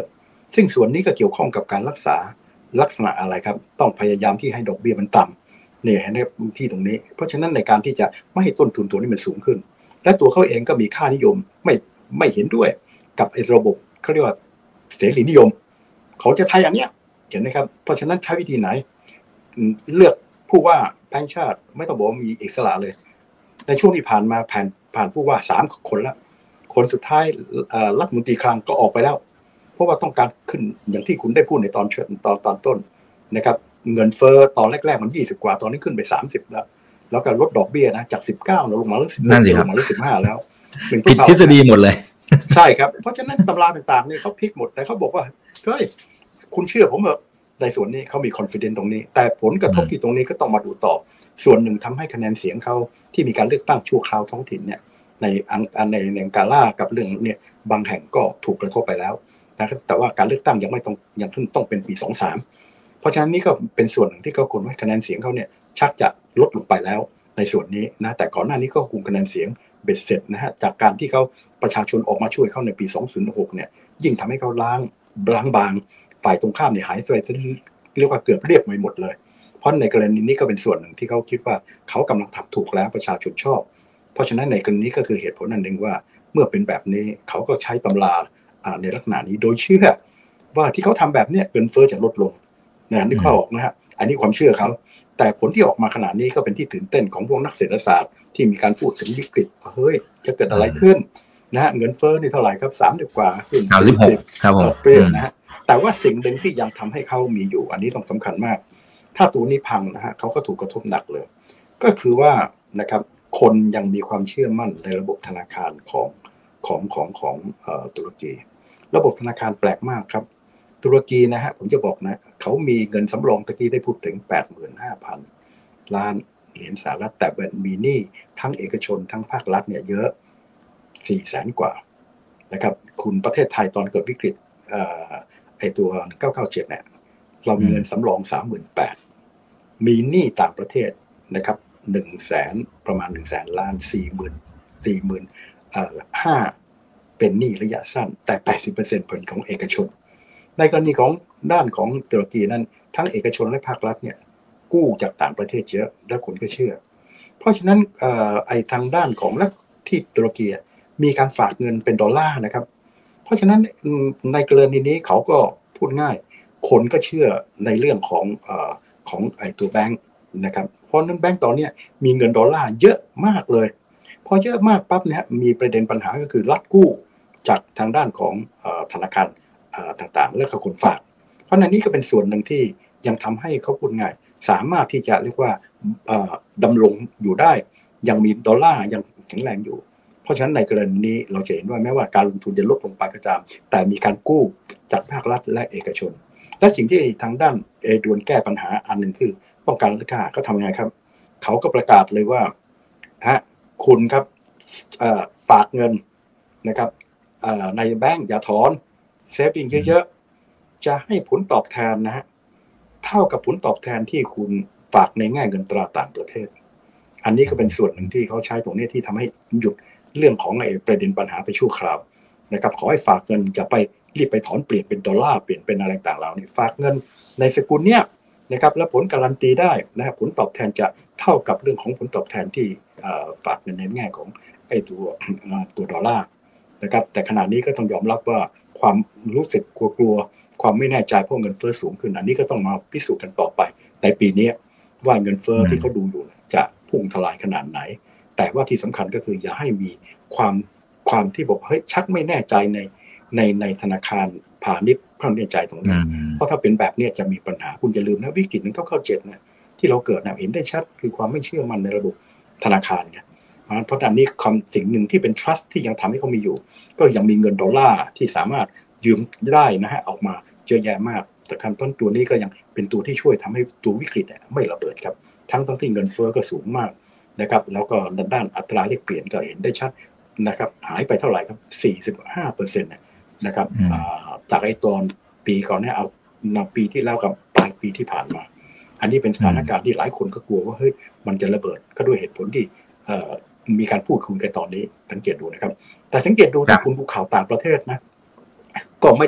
ซึ่งส่วนนี้ก็เกี่ยวข้องกับการรักษาลักษณะอะไรครับต้องพยายามที่ให้ดอกเบี้ยมันต่ำเนี่ยในที่ตรงนี้เพราะฉะนั้นในการที่จะไม่ให้ต้นทุนตัวนี้มันสูงขึ้นและตัวเขาเองก็มีค่านิยมไม่ไม่เห็นด้วยกับไอ้ระบบเขาเรียกว่าเสรีนิยมเขาจะใช้อย่างเนี้ยเห็นไหมครับเพราะฉะนั้นใช้วิธีไหนเลือกผู้ว่าแบงค์ชาติไม่ต้องบอกมีอิสระเลยในช่วงที่ผ่านมาผ่านผ่านผู้ว่าสามคนแล้วคนสุดท้ายรัฐมนตรีคลังก็ออกไปแล้วเพราะว่าต้องการขึ้นอย่างที่คุณได้พูดในตอนตอนตอนต้นนะครับเงินเฟ้อตอนแรกๆมันยี่สิบกว่าตอนนี้ขึ้นไปสามสิบแล้วแล้วก็ลดดอกเบี้ยนะจากสิบเก้าลงมาเหลือสิบลงมาเหลือสิบห้าแล้วผิดทฤษฎีหมดเลยใช่ครับเพราะฉะนั้นตำราต่างๆนี่เขาพลิกหมดแต่เขาบอกว่าเฮ้ยคุณเชื่อผมเหรอในส่วนนี้เขามี confidence ตรงนี้แต่ผลกระทบที่ตรงนี้ก็ต้องมาดูต่อส่วนหนึ่งทำให้คะแนนเสียงเขาที่มีการเลือกตั้งชั่วคราวท้องถิ่นเนี่ยในอันในในกาล่ากับเรื่องเนี่ยบางแห่งก็ถูกกระทบไปแล้วนะครับแต่ว่าการเลือกตั้งยังไม่ต้องยังต้องเป็นปีสองสามเพราะฉะนั้นนี่ก็เป็นส่วนหนึ่งที่เขาควรว่าคะแนนเสียงเขาเนี่ยชักจะลดลงไปแล้วในส่วนนี้นะแต่ก่อนหน้านี้ก็คุมคะแนนเสียงเบ็ดเสร็จนะฮะจากการที่เขาประชาชนออกมาช่วยเขาในปีสองพันหกเนี่ยยิ่งทำให้เขาล้างล้างบางฝ่ายตรงข้ามเนี่ยหายไปเรียกว่าเกือบเรียบไปหมดเลยเพราะในกรณีนี้ก็เป็นส่วนหนึ่งที่เขาคิดว่าเขากำลังทำถูกแล้วประชาชนชอบเพราะฉะนั้นในกรณีนี้ก็คือเหตุผลนั่นเองว่าเมื่อเป็นแบบนี้เขาก็ใช้ตำราในลักษณะนี้โดยเชื่อว่าที่เขาทำแบบนี้เงินเฟ้อจะลดลงนะนี่ข้อออกนะฮะอันนี้ความเชื่อเขาแต่ผลที่ออกมาขนาดนี้ก็เป็นที่ตื่นเต้นของพวกนักเศรษฐศาสตร์ที่มีการพูดถึงวิกฤตเฮ้ยจะเกิดอะไรขึ้นนะฮะเงินเฟ้อนี่เท่าไหร่ครับสามสิบกว่าขึ้นสามสิบหกครับผมเปรี้ยนะฮะแต่ว่าสิ่งหนึ่งที่ยังทำให้เขามีอยู่อันนี้ต้องสำคัญมากถ้าตัวนี้พังนะฮะเขาก็ถูกกระทบหนักเลยก็คือว่านะครับคนยังมีความเชื่อมั่นในระบบธนาคารของของของของเอ่อตุรกีระบบธนาคารแปลกมากครับตุรกีนะฮะผมจะบอกนะเขามีเงินสำรองตะกี้ได้พูดถึง แปดหมื่นห้าพัน ล้านเหรียญสหรัฐแต่เป็นมีหนี้ทั้งเอกชนทั้งภาครัฐเนี่ยเยอะ สี่แสน กว่านะครับคุณประเทศไทยตอนเกิดวิกฤตเอ่อไอตัวเก้าเก้าเจ็ดเนี่ยเรามีเงินสำรอง สามหมื่นแปดพัน มีหนี้ต่างประเทศนะครับหนึ่งแสนประมาณ หนึ่งแสน ล้าน สี่หมื่น สี่หมื่นเอ่อห้าเป็นหนี้ระยะสั้นแต่ แปดสิบเปอร์เซ็นต์ เป็นของเอกชนในกรณีของด้านของตุรกีนั้นทั้งเอกชนและภาครัฐเนี่ยกู้จากต่างประเทศเยอะและคนก็เชื่อเพราะฉะนั้นเอ่อไอ้ทางด้านของและที่ตุรกีมีการฝากเงินเป็นดอลลาร์นะครับเพราะฉะนั้นในกรณีนี้เขาก็พูดง่ายคนก็เชื่อในเรื่องของเอ่อของไอ้ตัวแบงค์นะครับเพราะนั้นแบงค์ตอนนี้มีเงินดอลลาร์เยอะมากเลยพอเยอะมากปั๊บเนี่ยมีประเด็นปัญหาก็คือรัฐกู้จากทางด้านของเอ่อธนาคารต่างๆแล้วก็คนฝากเพราะนั้นนี่ก็เป็นส่วนหนึ่งที่ยังทำให้เขาพูดง่ายสามารถที่จะเรียกว่าดำรงอยู่ได้ยังมีดอลลาร์ยังแข็งแรงอยู่เพราะฉะนั้นในกรณีนี้เราจะเห็นว่าแม้ว่าการลงทุนจะลดลงไปก็ตามแต่มีการกู้จากภาครัฐและเอกชนและสิ่งที่ทางด้านเอดวนแก้ปัญหาอันหนึ่งคือป้องกันราคาก็ทำยังไงครับเขาก็ประกาศเลยว่าฮะคุณครับฝากเงินนะครับในแบงก์อย่าถอนเซฟวิ่งเยอะๆจะให้ผลตอบแทนนะฮะเท่ากับผลตอบแทนที่คุณฝากในแง่เงินตราต่างประเทศอันนี้ก็เป็นส่วนหนึ่งที่เขาใช้ตรงนี้ที่ทำให้หยุดเรื่องของไอ้ประเด็นปัญหาไปชั่วคราวนะครับขอให้ฝากเงินจะไปรีบไปถอนเปลี่ยนเป็นดอลลาร์เปลี่ยนเป็นอะไรต่างๆเหล่านี้ฝากเงินในสกุลเนี้ยนะครับและผลการันตีได้นะครับผลตอบแทนจะเท่ากับเรื่องของผลตอบแทนที่ฝากเงินในแง่ของไอ้ตัวตัวดอลลาร์นะครับแต่ขณะนี้ก็ต้องยอมรับว่าความรู้สึกกลัวๆความไม่แน่ใจเพราะเงินเฟ้อสูงขึ้นอันนี้ก็ต้องมาพิสูจน์กันต่อไปในปีนี้ว่าเงินเฟ้อที่เขาดูอยู่จะพุ่งทลายขนาดไหนแต่ว่าที่สำคัญก็คืออย่าให้มีความความที่บอกเฮ้ยชักไม่แน่ใจในในในธนาคารพาณิชย์ความแน่ใจตรงนี้เพราะถ้าเป็นแบบนี้จะมีปัญหาคุณอย่าลืมนะวิกฤตหนึ่งเก้าเก้าเจ็ดนะที่เราเกิดนะเห็นได้ชัดคือความไม่เชื่อมั่นในระบบธนาคารไงเพราะฉะนั้นนี่คำสิ่งหนึ่งที่เป็น trust ที่ยังทำให้เขามีอยู่ก็ยังมีเงินดอลลาร์ที่สามารถยืมได้นะฮะออกมาเยอะแยะมากแต่ขั้นต้นตัวนี้ก็ยังเป็นตัวที่ช่วยทำให้ตัววิกฤตไม่ระเบิดครับทั้งทั้งที่เงินเฟ้อก็สูงมากนะครับแล้วก็ด้านอัตราแลกเปลี่ยนก็เห็นได้ชัดนะครับหายไปเท่าไหร่ครับ สี่สิบห้าเปอร์เซ็นต์ นะครับจากไอ้ตอนปีก่อนเนี่ยเอาปีที่แล้วกับปลายปีที่ผ่านมาอันนี้เป็นสถานการณ์ที่หลายคนก็กลัวว่าเฮ้ยมันจะระเบิดก็ด้วยเหตุผลที่มีการพูดคุยกันตอนนี้สังเกตดูนะครับแต่สังเกตดูถ้าคุณดูข่าวต่างประเทศนะก็ไม่ได้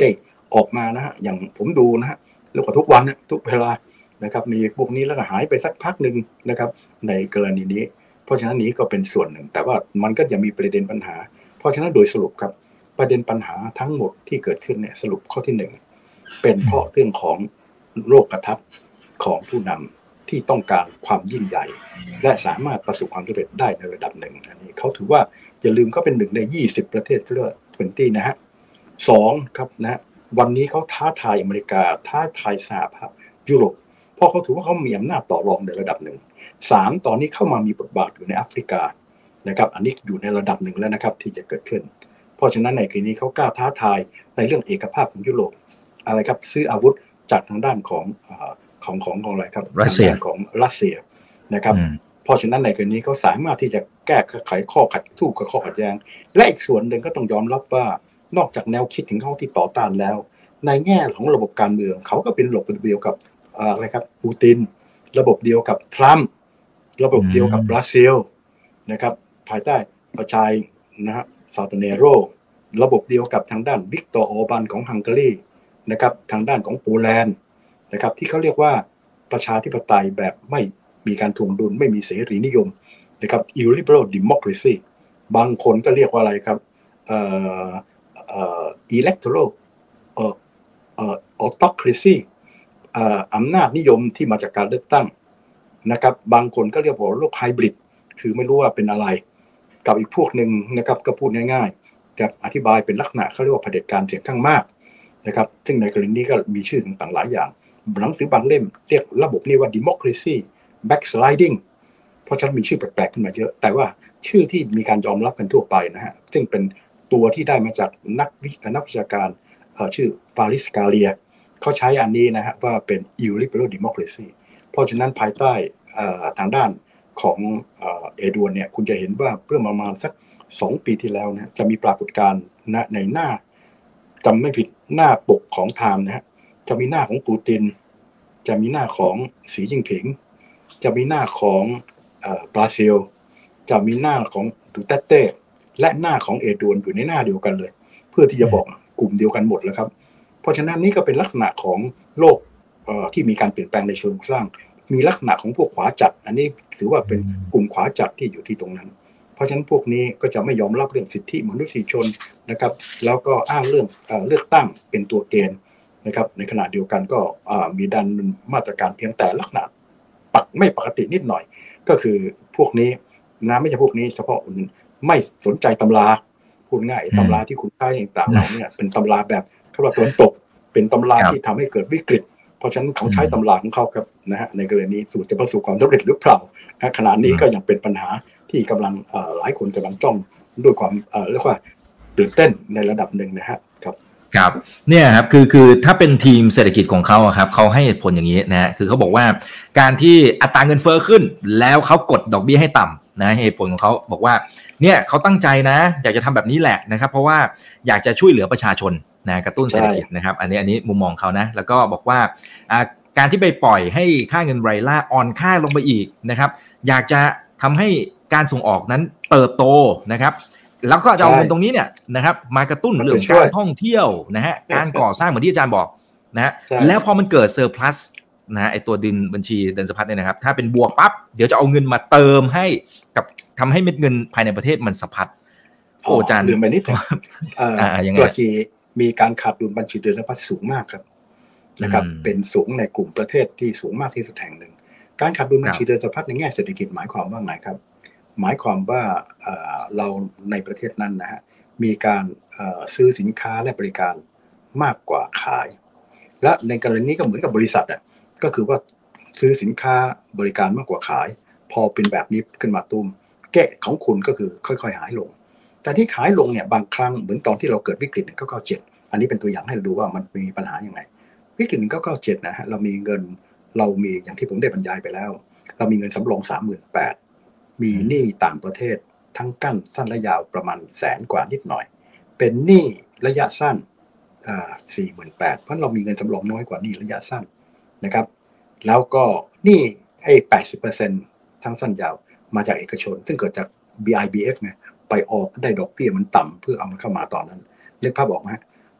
ออกมานะฮะอย่างผมดูนะฮะเรียกว่าทุกวันนะทุกเวลานะครับมีพวกนี้แล้วก็หายไปสักพักหนึ่งนะครับในกรณีนี้เพราะฉะนั้นนี้ก็เป็นส่วนหนึ่งแต่ว่ามันก็จะมีประเด็นปัญหาเพราะฉะนั้นโดยสรุปครับประเด็นปัญหาทั้งหมดที่เกิดขึ้นเนี่ยสรุปข้อที่หนึ่งเป็นเพราะเรื่องของโลกทัศน์ของผู้นำที่ต้องการความยิ่งใหญ่และสามารถประสบความสำเร็จได้ในระดับหนึ่งอันนี้เขาถือว่าอย่าลืมเขาเป็นหนึ่งในยี่สิบประเทศที่เรียกว่ายี่สิบนะฮะสองครับนะวันนี้เขาท้าทายอเมริกาท้าทายสหภาพยุโรปเพราะเขาถือว่าเขามีอำนาจต่อรองในระดับหนึ่งสามตอนนี้เข้ามามีบทบาทอยู่ในแอฟริกานะครับอันนี้อยู่ในระดับหนึ่งแล้วนะครับที่จะเกิดขึ้นเพราะฉะนั้นในกรณีเขากล้าท้าทายในเรื่องเอกภาพของยุโรปอะไรครับซื้ออาวุธจากทางด้านของของของของอะไรครับรัสเซียของรัสเซียนะครับเพราะฉะนั้นในกรณีเขาสามารถที่จะแก้ไขข้อขัดทู่กับข้อขัดแย้งและอีกส่วนหนึ่งก็ต้องยอมรับว่านอกจากแนวคิดของเขาที่ต่อต้านแล้วในแง่ของระบบการเมืองเขาก็เป็นระบบเดียวกับอะไรครับปูตินระบบเดียวกับทรัมป์ระบบเดียวกับบราซิลนะครับภายใต้ประชานะฮะซาโตเนโรระบบเดียวกับทางด้านวิกตอร์ ออร์บานของฮังการีนะครับทางด้านของโปแลนด์นะครับที่เขาเรียกว่าประชาธิปไตยแบบไม่มีการถ่วงดุลไม่มีเสรีนิยมนะครับ illiberal democracy บางคนก็เรียกว่าอะไรครับเอ่อเอ่อ electoral เอ่อเอ่อ autocracy เอ่ออำนาจนิยมที่มาจากการเลือกตั้งนะครับบางคนก็เรียกว่าโลกไฮบริดคือไม่รู้ว่าเป็นอะไรกับอีกพวกหนึ่งนะครับก็พูดง่ายๆแต่อธิบายเป็นลักษณะเขาเรียกว่าเผด็จการเสียงข้างมากนะครับซึ่งในกรณีนี้ก็มีชื่อต่างๆหลายอย่างหนังสือบางเล่มเรียกระบบนี้ว่า democracy backsliding เพราะฉะนั้นมีชื่อแปลกๆขึ้นมาเยอะแต่ว่าชื่อที่มีการยอมรับกันทั่วไปนะฮะซึ่งเป็นตัวที่ได้มาจากนักวินักวิชาการชื่อฟาริสกาเลียเขาใช้อันนี้นะฮะว่าเป็น illiberal democracy เพราะฉะนั้นภายใต้ทางด้านของเอดวนเนี่ยคุณจะเห็นว่าเมื่อประมาณสักสองปีที่แล้วนะจะมีปรากฏการณ์ในหน้าจำไม่ผิดหน้าปกของไทม์นะฮะจะมีหน้าของปูตินจะมีหน้าของสีจิ้งผิงจะมีหน้าของบราซิลจะมีหน้าของดูเตเต้และหน้าของเอดวนอยู่ในหน้าเดียวกันเลยเพื่อที่จะบอกกลุ่มเดียวกันหมดแล้วครับเพราะฉะนั้นนี่ก็เป็นลักษณะของโลกที่มีการเปลี่ยนแปลงในเชิงโครงสร้างมีลักษณะของพวกขวาจัดอันนี้ถือว่าเป็นกลุ่มขวาจัดที่อยู่ที่ตรงนั้นเพราะฉะนั้นพวกนี้ก็จะไม่ยอมรับเรื่องสิทธิมนุษยชนนะครับแล้วก็อ้างเรื่องเลือกตั้งเป็นตัวเกณฑ์นะครับในขณะเดียวกันก็มีดันมาตรการเพียงแต่ลักษณะปักไม่ปกตินิดหน่อยก็คือพวกนี้นะไม่ใช่พวกนี้เฉพาะไม่สนใจตำราพูดง่ายตำราที่คุณใช้ต่างๆเหล่านี้เป็นตำราแบบเขาว่าตะวันตกเป็นตำราที่ทำให้เกิดวิกฤตเพราะฉะนั้นเขาใช้ตำราของเขาครับนะฮะในกรณีสูตรจะประสบความสำเร็จหรือเปล่าขณะนี้ก็ยังเป็นปัญหาที่กำลังหลายคนกำลังจ้องด้วยความเรียกว่าตื่นเต้นในระดับหนึ่งนะฮะครับครับเนี่ยครับคือคือถ้าเป็นทีมเศรษฐกิจของเขาครับเขาให้เหตุผลอย่างนี้นะฮะคือเขาบอกว่าการที่อัตราเงินเฟ้อขึ้นแล้วเขากดดอกเบี้ยให้ต่ำนะเหตุผลของเขาบอกว่าเนี่ยเขาตั้งใจนะอยากจะทำแบบนี้แหละนะครับเพราะว่าอยากจะช่วยเหลือประชาชนนะกระตุ้นเศรษฐกิจนะครับอันนี้อันนี้มุมมองเขานะแล้วก็บอกว่าการที่ไปปล่อยให้ค่าเงินไรล่าอ่อนค่าลงไปอีกนะครับอยากจะทำให้การส่งออกนั้นเติบโตนะครับแล้วก็จะเอาเงินตรงนี้เนี่ยนะครับมากระตุ้นเรื่องการท่องเที่ยวนะฮะการก่อสร้างเหมือนที่อาจารย์บอกนะฮะแล้วพอมันเกิดเซอร์พลัสนะฮะไอตัวดินบัญชีเดินสะพัดเนี่ยนะครับถ้าเป็นบวกปั๊บเดี๋ยวจะเอาเงินมาเติมให้กับทำให้เม็ดเงินภายในประเทศมันสะพัดโอ้อาจารย์ลืมไปนิดนึงตุรกีมีการขาดดุลบัญชีเดินสะพัดสูงมากครับนะครับเป็นสูงในกลุ่มประเทศที่สูงมากที่สุดแห่งหนึ่งการขาดดุลบัญชีเดินสะพัดในแง่เศรษฐกิจหมายความว่าไงครับหมายความว่าเราในประเทศนั้นนะฮะมีการซื้อสินค้าและบริการมากกว่าขายและในกรณีนี้ก็เหมือนกับบริษัทอ่ะก็คือว่าซื้อสินค้าบริการมากกว่าขายพอเป็นแบบนี้ขึ้นมาตุ้มแก้ของคุณก็คือค่อยๆหายลงแต่ที่ขายลงเนี่ยบางครั้งเหมือนตอนที่เราเกิดวิกฤตหนึ่งเก้าเก้าเจ็ดอันนี้เป็นตัวอย่างให้เราดูว่ามันมีปัญหาอย่างไรวิกฤตหนึ่งเก้าเก้าเจ็ดนะฮะเรามีเงินเรามีอย่างที่ผมได้บรรยายไปแล้วเรามีเงินสำรอง สามหมื่นแปดพันมีหนี้ต่างประเทศทั้งกั้นสั้นและยาวประมาณแสนกว่านิดหน่อยเป็นหนี้ระยะสั้นอ่า สี่หมื่นแปดพัน เพราะเรามีเงินสำรองน้อยกว่าหนี้ระยะสั้นนะครับแล้วก็หนี้ไอ้ แปดสิบเปอร์เซ็นต์ ทั้งสั้นยาวมาจากเอกชนซึ่งเกิดจาก บี ไอ บี เอฟ ไงไปออกได้ดอกเบี้ยมันต่ำเพื่อเอามันเข้ามาตอนนั้นนึกภาพออกไหม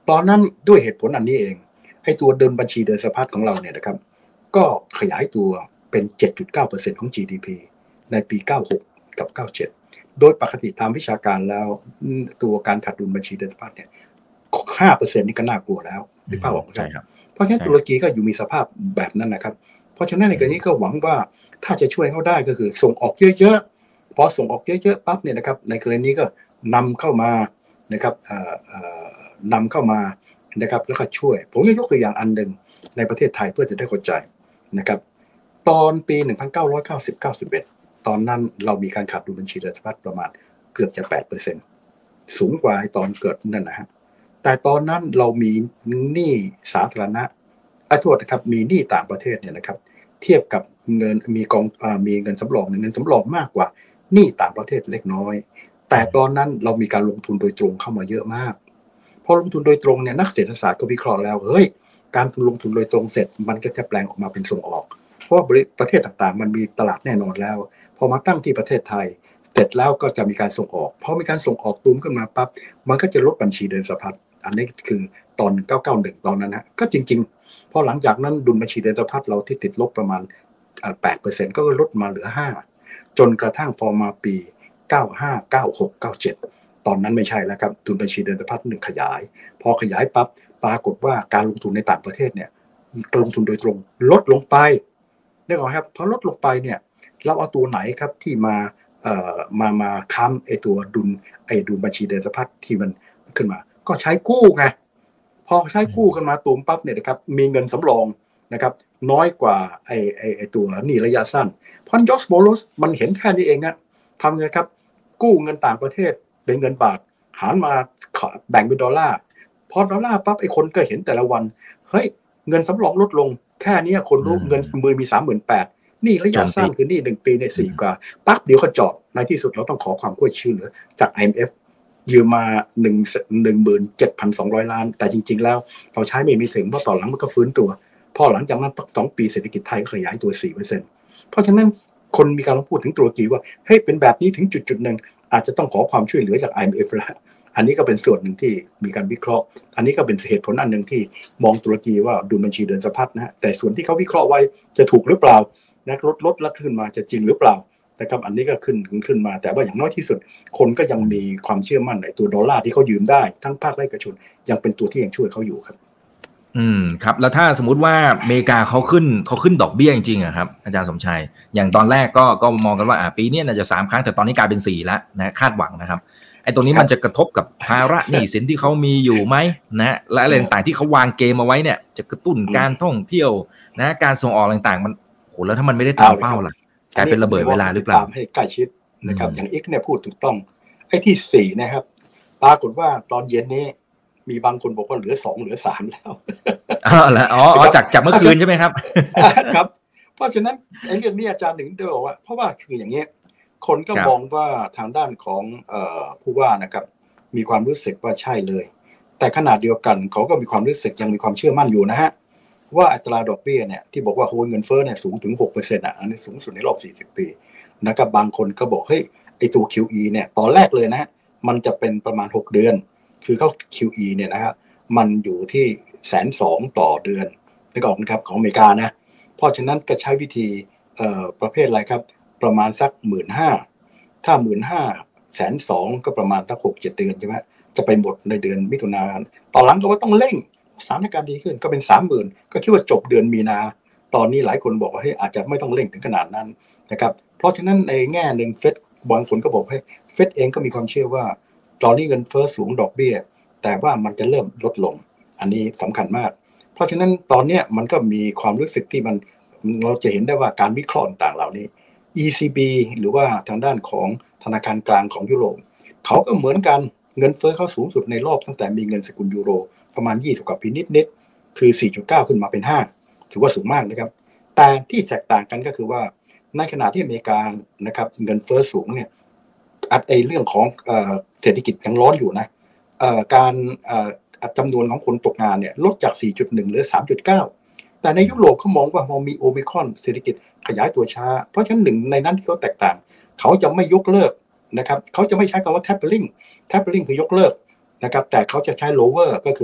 ตอนนั้นด้วยเหตุผลอันนี้เองไอ้ตัวเดินบัญชีเดินสะพัดของเราเนี่ยนะครับก็ขยายตัวเป็น เจ็ดจุดเก้าเปอร์เซ็นต์ ของ จี ดี พี ในปีเก้าหกกับเก้าเจ็ดโดยปกติตามวิชาการแล้วตัวการขาดดุลบัญชีเดินสะพัดเนี่ย ห้าเปอร์เซ็นต์ นี่ก็น่ากลัวแล้วนึกภาพออกไหมครับเพราะฉะนั้นตุรกีก็อยู่มีสภาพแบบนั้นนะครับเพราะฉะนั้นในกรณีก็หวังว่าถ้าจะช่วยเขาได้ก็คือส่งออกเยอะๆพอส่งออกเยอะๆปั๊บเนี่ยนะครับในกรณีก็นำเข้ามานะครับนำเข้ามานะครับแล้วก็ช่วยผมจะยกตัวอย่างอันหนึ่งในประเทศไทยเพื่อจะได้เข้าใจนะครับตอนปีหนึ่งพันเก้าร้อยเก้าสิบ เก้าสิบเอ็ดตอนนั้นเรามีการขาดดุลบัญชีเดินสะพัดประมาณเกือบจะ แปดเปอร์เซ็นต์ สูงกว่าตอนเกิดนั่นนะฮะแต่ตอนนั้นเรามีหนี้สาธารณะไอ้โทษนะครับมีหนี้ต่างประเทศเนี่ยนะครับเทียบกับเงินมีกองอ่ามีเงินสำรองเงินสำรองมากกว่าหนี้ต่างประเทศเล็กน้อยแต่ตอนนั้นเรามีการลงทุนโดยตรงเข้ามาเยอะมากพอลงทุนโดยตรงเนี่ยนักเศรษฐศาสตร์ก็วิเคราะห์แล้วเฮ้ยการลงทุนโดยตรงเสร็จมันก็จะแปลงออกมาเป็นส่งออกเพราะว่าประเทศต่างๆมันมีตลาดแน่นอนแล้วพอมาตั้งที่ประเทศไทยเสร็จแล้วก็จะมีการส่งออกพอมีการส่งออกตูมขึ้นมาปั๊บมันก็จะลดบัญชีเดินสะพัดอันนี้คือตอนหนึ่งพันเก้าร้อยเก้าสิบเอ็ดตอนนั้นฮะก็จริงๆพอหลังจากนั้นดุลบัญชีเดินสะพัดเราที่ติดลบประมาณ แปดเปอร์เซ็นต์ ก็ลดมาเหลือห้าจนกระทั่งพอมาปีเก้าห้า เก้าหก เก้าเจ็ดตอนนั้นไม่ใช่แล้วครับดุลบัญชีเดินสะพัดหนึ่งขยายพอขยายปั๊บปรากฏว่าการลงทุนในต่างประเทศเนี่ยลงทุนโดยตรงลดลงไปได้ก่อนครับพอลดลงไปเนี่ยเราเอาตัวไหนครับที่มาเอ่อมามาค้ำไอ้ตัวดุลไอ้ดุลบัญชีเดินสะพัดที่มันขึ้นมาก็ใช้กู้ไงพอใช้กู้กันมาตูมปั๊บเนี่ยนะครับมีเงินสำรองนะครับน้อยกว่าไอ้ไอ้ไอ้ตัวหนี้ระยะสั้นเพราะยอสโบลสมันเห็นแค่นี้เองนะทำไงครับกู้เงินต่างประเทศเป็นเงินบาทหารมาแบ่งเป็นดอลลาร์พอดอลลาร์ปั๊บไอ้คนก็เห็นแต่ละวันเฮ้ยเงินสำรองลดลงแค่นี้คนรู้เงินมือมี สามหมื่นแปดพัน นี่ระยะสั้นคือนี่หนึ่งปีในสี่กว่าปั๊บเดี๋ยวเขาจอดในที่สุดเราต้องขอความช่วยเหลือจาก ไอ เอ็ม เอฟ ยืมมาหนึ่ง หนึ่งหมื่นเจ็ดพันสองร้อย ล้านแต่จริงๆแล้วเราใช้ไม่มีถึงเพราะตอนหลังมันก็ฟื้นตัวพอหลังจากนั้นสองปีเศรษฐกิจไทยขยายตัว สี่เปอร์เซ็นต์ เพราะฉะนั้นคนมีการพูดถึงตุรกีว่าเฮ้ยเป็นแบบนี้ถึงจุดๆนึงอาจจะต้องขอความช่วยเหลือจาก ไอ เอ็ม เอฟ แล้วอันนี้ก็เป็นส่วนหนึ่งที่มีการวิเคราะห์อันนี้ก็เป็นเหตุผลอันหนึ่งที่มองตุรกีว่าดุลบัญชีเดินสะพัดนะฮะแต่ส่วนที่เขาวิเคราะห์ไว้จะถูกหรือเปล่านะลดลดแล้วขึ้นมาจะจริงหรือเปล่านะครับอันนี้ก็ขึ้นขึ้นมาแต่ว่าอย่างน้อยที่สุดคนก็ยังมีความเชื่อมั่นในตัวดอลลาร์ที่เขายืมได้ทั้งภาคและเอกชนยังเป็นตัวที่ยังช่วยเขาอยู่ครับอืมครับแล้วถ้าสมมุติว่าอเมริกาเขาขึ้นเขาขึ้นดอกเบี้ยจริงๆอะครับอาจารย์สมชัยอย่างตอนแรกก็ก็มองกันว่าอ่าปีนี้น่าจะสามครั้งแต่ตอนนี้กลายเป็นสี่แล้วนะคาดหวังนะครับไอ้ตรงนี้มันจะกระทบกับภาระหนี้สินที่เขามีอยู่ไหมนะและอะไรต่างๆที่เขาวางเกมเอาไว้เนี่ยจะกระตุ้นการท่องเที่ยวนะการส่งออกต่างๆมันโหแล้วถ้ามันไม่ได้ตามเป้าล่ะกลายเป็นระเบิดเวลาหรือเปล่าตามให้ใกล้ชิดนะครับอย่างอีกเนี่ยพูดถูกต้องไอ้ที่สี่นะครับปรากฏว่าตอนเย็นนี้มีบางคนบอกว่าเหลือสองเหลือสามแล้วอ๋อแล้วอ๋อจากจากเมื่อคืนใช่ไหมครับครับเพราะฉะนั้นไอ้เรื่องนี้อาจารย์หนึ่งได้บอกว่าเพราะว่าคืออย่างนี้คนก็มองว่าทางด้านของผู้ว่านะครับมีความรู้สึกว่าใช่เลยแต่ขนาดเดียวกันเขาก็มีความรู้สึกยังมีความเชื่อมั่นอยู่นะฮะว่าอัตราดอกเบี้ยเนี่ยที่บอกว่าโหเงินเฟ้อเนี่ยสูงถึง หกเปอร์เซ็นต์ อ่ะอันนี้สูงสุดในรอบสี่สิบปีนะครับบางคนก็บอกเฮ้ยไอ้ตัว คิว อี เนี่ยตอนแรกเลยนะมันจะเป็นประมาณหกเดือนคือเขา คิว อี เนี่ยนะฮะมันอยู่ที่ หนึ่งแสนสองหมื่น ต่อเดือนนึกออกนะครับของอเมริกานะเพราะฉะนั้นก็ใช้วิธีเอ่อประเภทอะไรครับประมาณสัก หนึ่งหมื่นห้าพัน ถ้า หนึ่งหมื่นห้าพัน แสนสองก็ประมาณสัก หกเจ็ด เดือนใช่ไหมจะไปหมดในเดือนมิถุนายนตอนหลังก็ว่าต้องเร่งสถานการณ์ดีขึ้นก็เป็น สามหมื่น ก็คิดว่าจบเดือนมีนาตอนนี้หลายคนบอกว่าเฮ้ยอาจจะไม่ต้องเร่งถึงขนาดนั้นนะครับเพราะฉะนั้นในแง่นึงเฟดบางคนก็บอกให้เฟดเองก็มีความเชื่อว่าตอนนี้เงินเฟ้อสูงดอกเบี้ยแต่ว่ามันจะเริ่มลดลงอันนี้สำคัญมากเพราะฉะนั้นตอนนี้มันก็มีความรู้สึกที่มันเราจะเห็นได้ว่าการวิเคราะห์ต่างๆเหล่านี้ อี ซี บี หรือว่าทางด้านของธนาคารกลางของยุโรปเขาก็เหมือนกันเงินเฟ้อเขาสูงสุดในรอบตั้งแต่มีเงินสกุลยูโรประมาณยี่สิบกว่าปีนิดๆคือ สี่จุดเก้า ขึ้นมาเป็นห้าถือว่าสูงมากนะครับแต่ที่แตกต่างกันก็คือว่าในขณะที่อเมริกานะครับเงินเฟ้อสูงเนี่ยอัดไอเรื่องของเอ่อเศรษฐกิจยังร้อนอยู่นะเอ่อการเอ่อจำนวนของคนตกงานเนี่ยลดจาก สี่จุดหนึ่ง เหลือ สามจุดเก้า แต่ในยุโรปเขามองว่าพอมีโอมิครอนเศรษฐกิจขยายตัวช้าเพราะฉะนั้นหนึ่งในนั้นที่เขาแตกต่างเขาจะไม่ยกเลิกนะครับเขาจะไม่ใช้คำว่า tapering tapering คือยกเลิกนะครับแต่เขาจะใช้ lower ก็คือ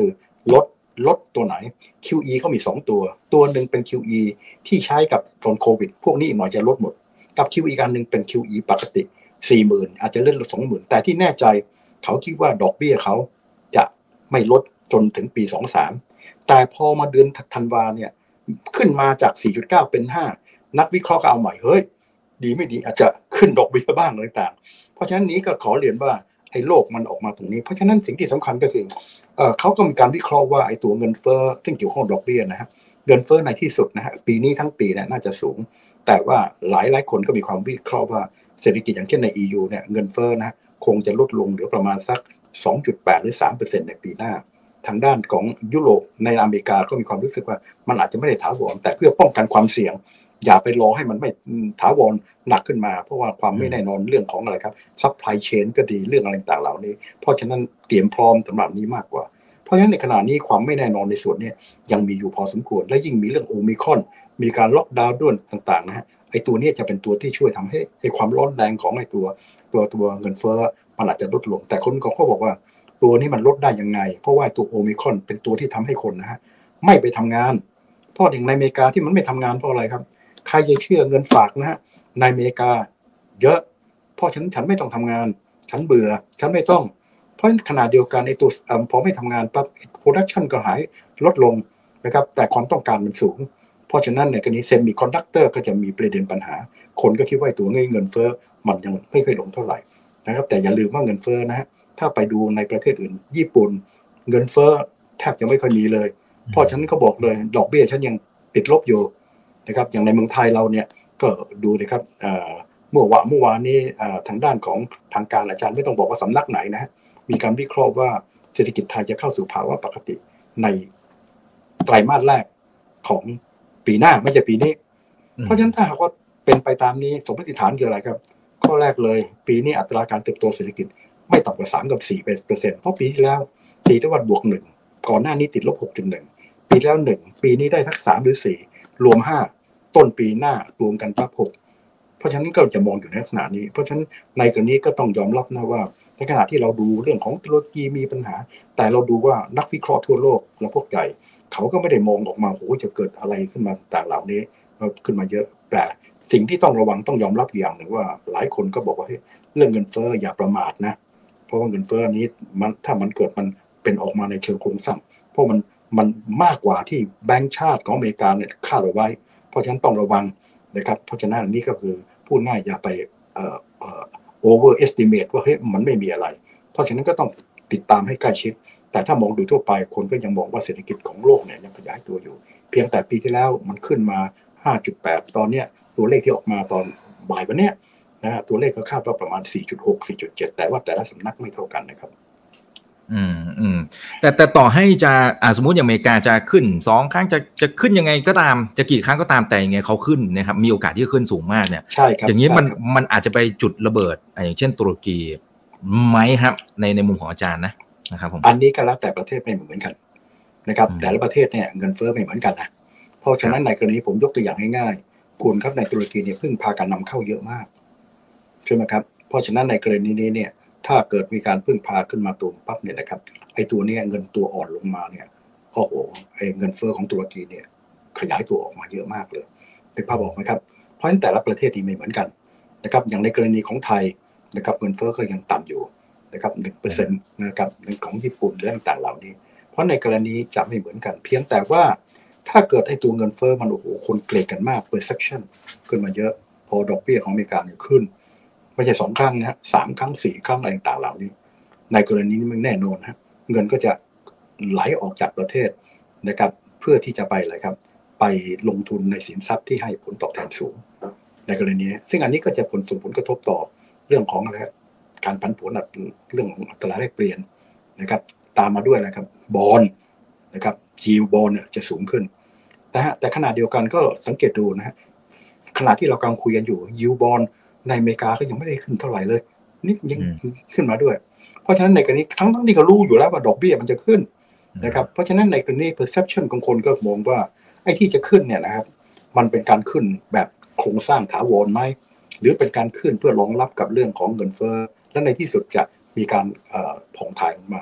ลดลดตัวไหน คิว อี เขามีสองตัวตัวหนึ่งเป็น คิว อี ที่ใช้กับตอนโควิดพวกนี้อีกหน่อยจะลดหมดกับ คิว อี อีกอันนึงเป็น คิว อี ปกติ สี่หมื่น อาจจะเลื่อนลด สองหมื่น แต่ที่แน่ใจเขาคิดว่าดอกเบี้ยเขาจะไม่ลดจนถึงปีสองสิบสามแต่พอมาเดือนธันวาเนี่ยขึ้นมาจาก สี่จุดเก้า เป็นห้านักวิเคราะห์ก็เอาใหม่เฮ้ยดีไม่ดีอาจจะขึ้นดอกเบี้ยบ้างต่างๆเพราะฉะนั้นนี้ก็ขอเรียนว่าไอ้โลกมันออกมาตรงนี้เพราะฉะนั้นสิ่งที่สำคัญก็คือเอ่อเขาก็มีการวิเคราะห์ว่าไอ้ตัวเงินเฟ้อซึ่งเกี่ยวข้องดอกเบี้ยนะฮะเงินเฟ้อในที่สุดนะฮะปีนี้ทั้งปีเนี่ยน่าจะสูงแต่ว่าหลายหลายคนก็มีความวิเคราะห์ว่าเศรษฐกิจอย่างเช่นใน อี ยู เนี่ยเงินเฟ้อนะคงจะลดลงเหลือประมาณสัก สองจุดแปด หรือ สามเปอร์เซ็นต์ ในปีหน้าทางด้านของยุโรปในอเมริกาก็มีความรู้สึกว่ามันอาจจะไม่ได้ถาวรแต่เพื่อป้องกันความเสี่ยงอย่าไปรอให้มันไม่ถาวรหนักขึ้นมาเพราะว่าความไม่แน่นอนเรื่องของอะไรครับซัพพลายเชนก็ดีเรื่องอะไรต่างๆเหล่านี้เพราะฉะนั้นเตรียมพร้อมสำหรับนี้มากกว่าเพราะฉะนั้นในขณะนี้ความไม่แน่นอนในส่วนนี้ยังมีอยู่พอสมควรและยิ่งมีเรื่องโอมิครอนมีการล็อกดาวน์ด้วยต่างๆนะฮะไอ้ตัวนี้จะเป็นตัวที่ช่วยทำให้ไอ้ความร้อนแรงของไอ้ตัวตัวตัวเงินเฟ้อมันอาจจะลดลงแต่คนเขาบอกว่าตัวนี้มันลดได้ยังไงเพราะว่าตัวโอมิครอนเป็นตัวที่ทำให้คนนะฮะไม่ไปทำงานเพราะอย่างในอเมริกาที่มันไม่ทำงานเพราะอะไรครับใครจะเชื่อเงินฝากนะฮะในอเมริกาเยอะเพราะฉันฉันไม่ต้องทำงานฉันเบื่อฉันไม่ต้องเพราะขณะเดียวกันไอ้ตัวพอไม่ทำงานปั๊บ production ก็หายลดลงนะครับแต่ความต้องการมันสูงเพราะฉะนั้นในกรณีเซมิคอนดักเตอร์ก็จะมีประเด็นปัญหาคนก็คิดว่าตัวเงินเฟ้อมันยังไม่ค่อยลงเท่าไหร่นะครับแต่อย่าลืมว่าเงินเฟ้อนะฮะถ้าไปดูในประเทศอื่นญี่ปุ่นเงินเฟ้อแทบจะไม่ค่อยมีเลยเพราะฉะนั้นเขาบอกเลยดอกเบี้ยฉันยังติดลบอยู่นะครับอย่างในเมืองไทยเราเนี่ยก็ดูนะครับเมื่อวานเมื่อวานนี้ทางด้านของทางการอาจารย์ไม่ต้องบอกว่าสำนักไหนนะฮะมีการวิเคราะห์ว่าเศรษฐกิจไทยจะเข้าสู่ภาวะปกติในไตรมาสแรกของปีหน้าไม่ใช่ปีนี้เพราะฉะนั้นถ้าหากว่าเป็นไปตามนี้สมมติฐานคืออะไรครับข้อแรกเลยปีนี้อัตราการเติบโตเศรษฐกิจไม่ต่ำกว่าสามกับสี่เปอร์เซ็นต์เพราะปีที่แล้วตีตะวันบวกหนึ่งก่อนหน้านี้ติดลบ หกจุดหนึ่ง ปีแล้วหนึ่งปีนี้ได้ทั้งสามหรือสี่รวมห้าต้นปีหน้ารวมกันปั๊บหกเพราะฉะนั้นก็จะมองอยู่ในลักษณะนี้เพราะฉะนั้นในกรณีก็ต้องยอมรับนะว่าในขณะที่เราดูเรื่องของตุรกีมีปัญหาแต่เราดูว่านักวิเคราะห์ทั่วโลกและพวกใหญ่เขาก็ไม่ได้มองออกมาโอ้จะเกิดอะไรขึ้นมาต่างเหล่านี้ขึ้นมาเยอะแต่สิ่งที่ต้องระวังต้องยอมรับอย่างหนึ่งว่าหลายคนก็บอกว่าเรื่องเงินเฟ้ออย่าประมาทนะเพราะว่าเงินเฟ้อนี้มันถ้ามันเกิดมันเป็นออกมาในเชิงโครงสร้างเพราะมันมันมากกว่าที่แบงก์ชาติของอเมริกาเนี่ยคาดเอาไว้เพราะฉะนั้นต้องระวังนะครับเพราะฉะนั้นนี่ก็คือพูดง่ายอย่าไปเอ่อเอ่อ overestimate ว่าเฮ้ยมันไม่มีอะไรเพราะฉะนั้นก็ต้องติดตามให้ใกล้ชิดแต่ถ้ามองดูทั่วไปคนก็ยังมองว่าเศรษฐกิจของโลกเนี่ยยังขยายตัวอยู่เพียงแต่ปีที่แล้วมันขึ้นมา ห้าจุดแปด ตอนเนี้ยตัวเลขที่ออกมาตอนบ่ายวันเนี้ยนะฮะตัวเลขก็คาดว่าประมาณ สี่จุดหก สี่จุดเจ็ด แต่ว่าแต่ละสำนักไม่เท่ากันนะครับอืมอืมแต่แต่ต่อให้จะอ่าสมมุติอย่างอเมริกาจะขึ้นสองครั้งจะจะขึ้นยังไงก็ตามจะกี่ครั้งก็ตามแต่ยังไงเขาขึ้นนะครับมีโอกาสที่จะขึ้นสูงมากเนี่ยใช่ครับอย่างนี้มันมันอาจจะไปจุดระเบิดอย่างเช่นตุรกีไหมครับในในมุมของอาจารย์นะนะครับผมอันนี้ก็แล้วแต่ประเทศไม่เหมือนกันนะครับแต่ละประเทศเนี่ยเงินเฟ้อไม่เหมือนกันนะเพราะฉะนั้นในกรณีผมยกตัวอย่างง่ายๆคุณครับในตุรกีเนี่ยพึ่งพาการนำเข้าเยอะมากใช่ไหมครับเพราะฉะนั้นในกรณีนี้เนี่ยถ้าเกิดมีการพึ่งพาขึ้นมาตูมปั๊บเนี่ยนะครับไอ้ตัวนี้เงินตัวอ่อนลงมาเนี่ยโอ้โหไอ้เงินเฟ้อของตุรกีเนี่ยขยายตัวออกมาเยอะมากเลยเป็นภาพบอกไหมครับเพราะฉะนั้นแต่ละประเทศนี่ไม่เหมือนกันนะครับอย่างในกรณีของไทยนะครับเงินเฟ้อก็ยังต่ำอยู่นะครับ หนึ่งเปอร์เซ็นต์ นะครับของญี่ปุ่นเรื่องต่างเหล่านี้เพราะในกรณีจะไม่เหมือนกันเพียงแต่ว่าถ้าเกิดไอ้ตัวเงินเฟ้อมันโอ้โหคนเกลียดกันมาก perception ขึ้นมาเยอะพอดอกเบี้ยของอเมริกาเนี่ยขึ้นไม่ใช่สองครั้งนะสามครั้งสี่ครั้งอะไรต่างๆเหล่านี้ในกรณีนี้มันแน่นอนฮะเงินก็จะไหลออกจากประเทศนะครับเพื่อที่จะไปอะไรครับไปลงทุนในสินทรัพย์ที่ให้ผลตอบแทนสูงในกรณีนี้ซึ่งอันนี้ก็จะผลส่งผลกระทบต่อเรื่องของอะไรการผันผวนเรื่องของอัตราแลกเปลี่ยนนะครับตามมาด้วยนะครับบอนด์นะครับยิวบอนด์เนี่ยจะสูงขึ้นแต่แต่ขณะเดียวกันก็สังเกตดูนะฮะขณะที่เรากำลังคุยกันอยู่ยิวบอนด์ในอเมริกาก็ยังไม่ได้ขึ้นเท่าไหร่เลยนี่ยังขึ้นมาด้วยเพราะฉะนั้นในกรณีทั้งทั้งที่เขารู้อยู่แล้วว่าดอกเบี้ยมันจะขึ้นนะครับเพราะฉะนั้นในกรณี perception ของคนก็มองว่าไอ้ที่จะขึ้นเนี่ยนะครับมันเป็นการขึ้นแบบโครงสร้างถาวรไหมหรือเป็นการขึ้นเพื่อรองรับกับเรื่องของเงินเฟ้อและในที่สุดจะมีการผ่องถ่ายมาเพ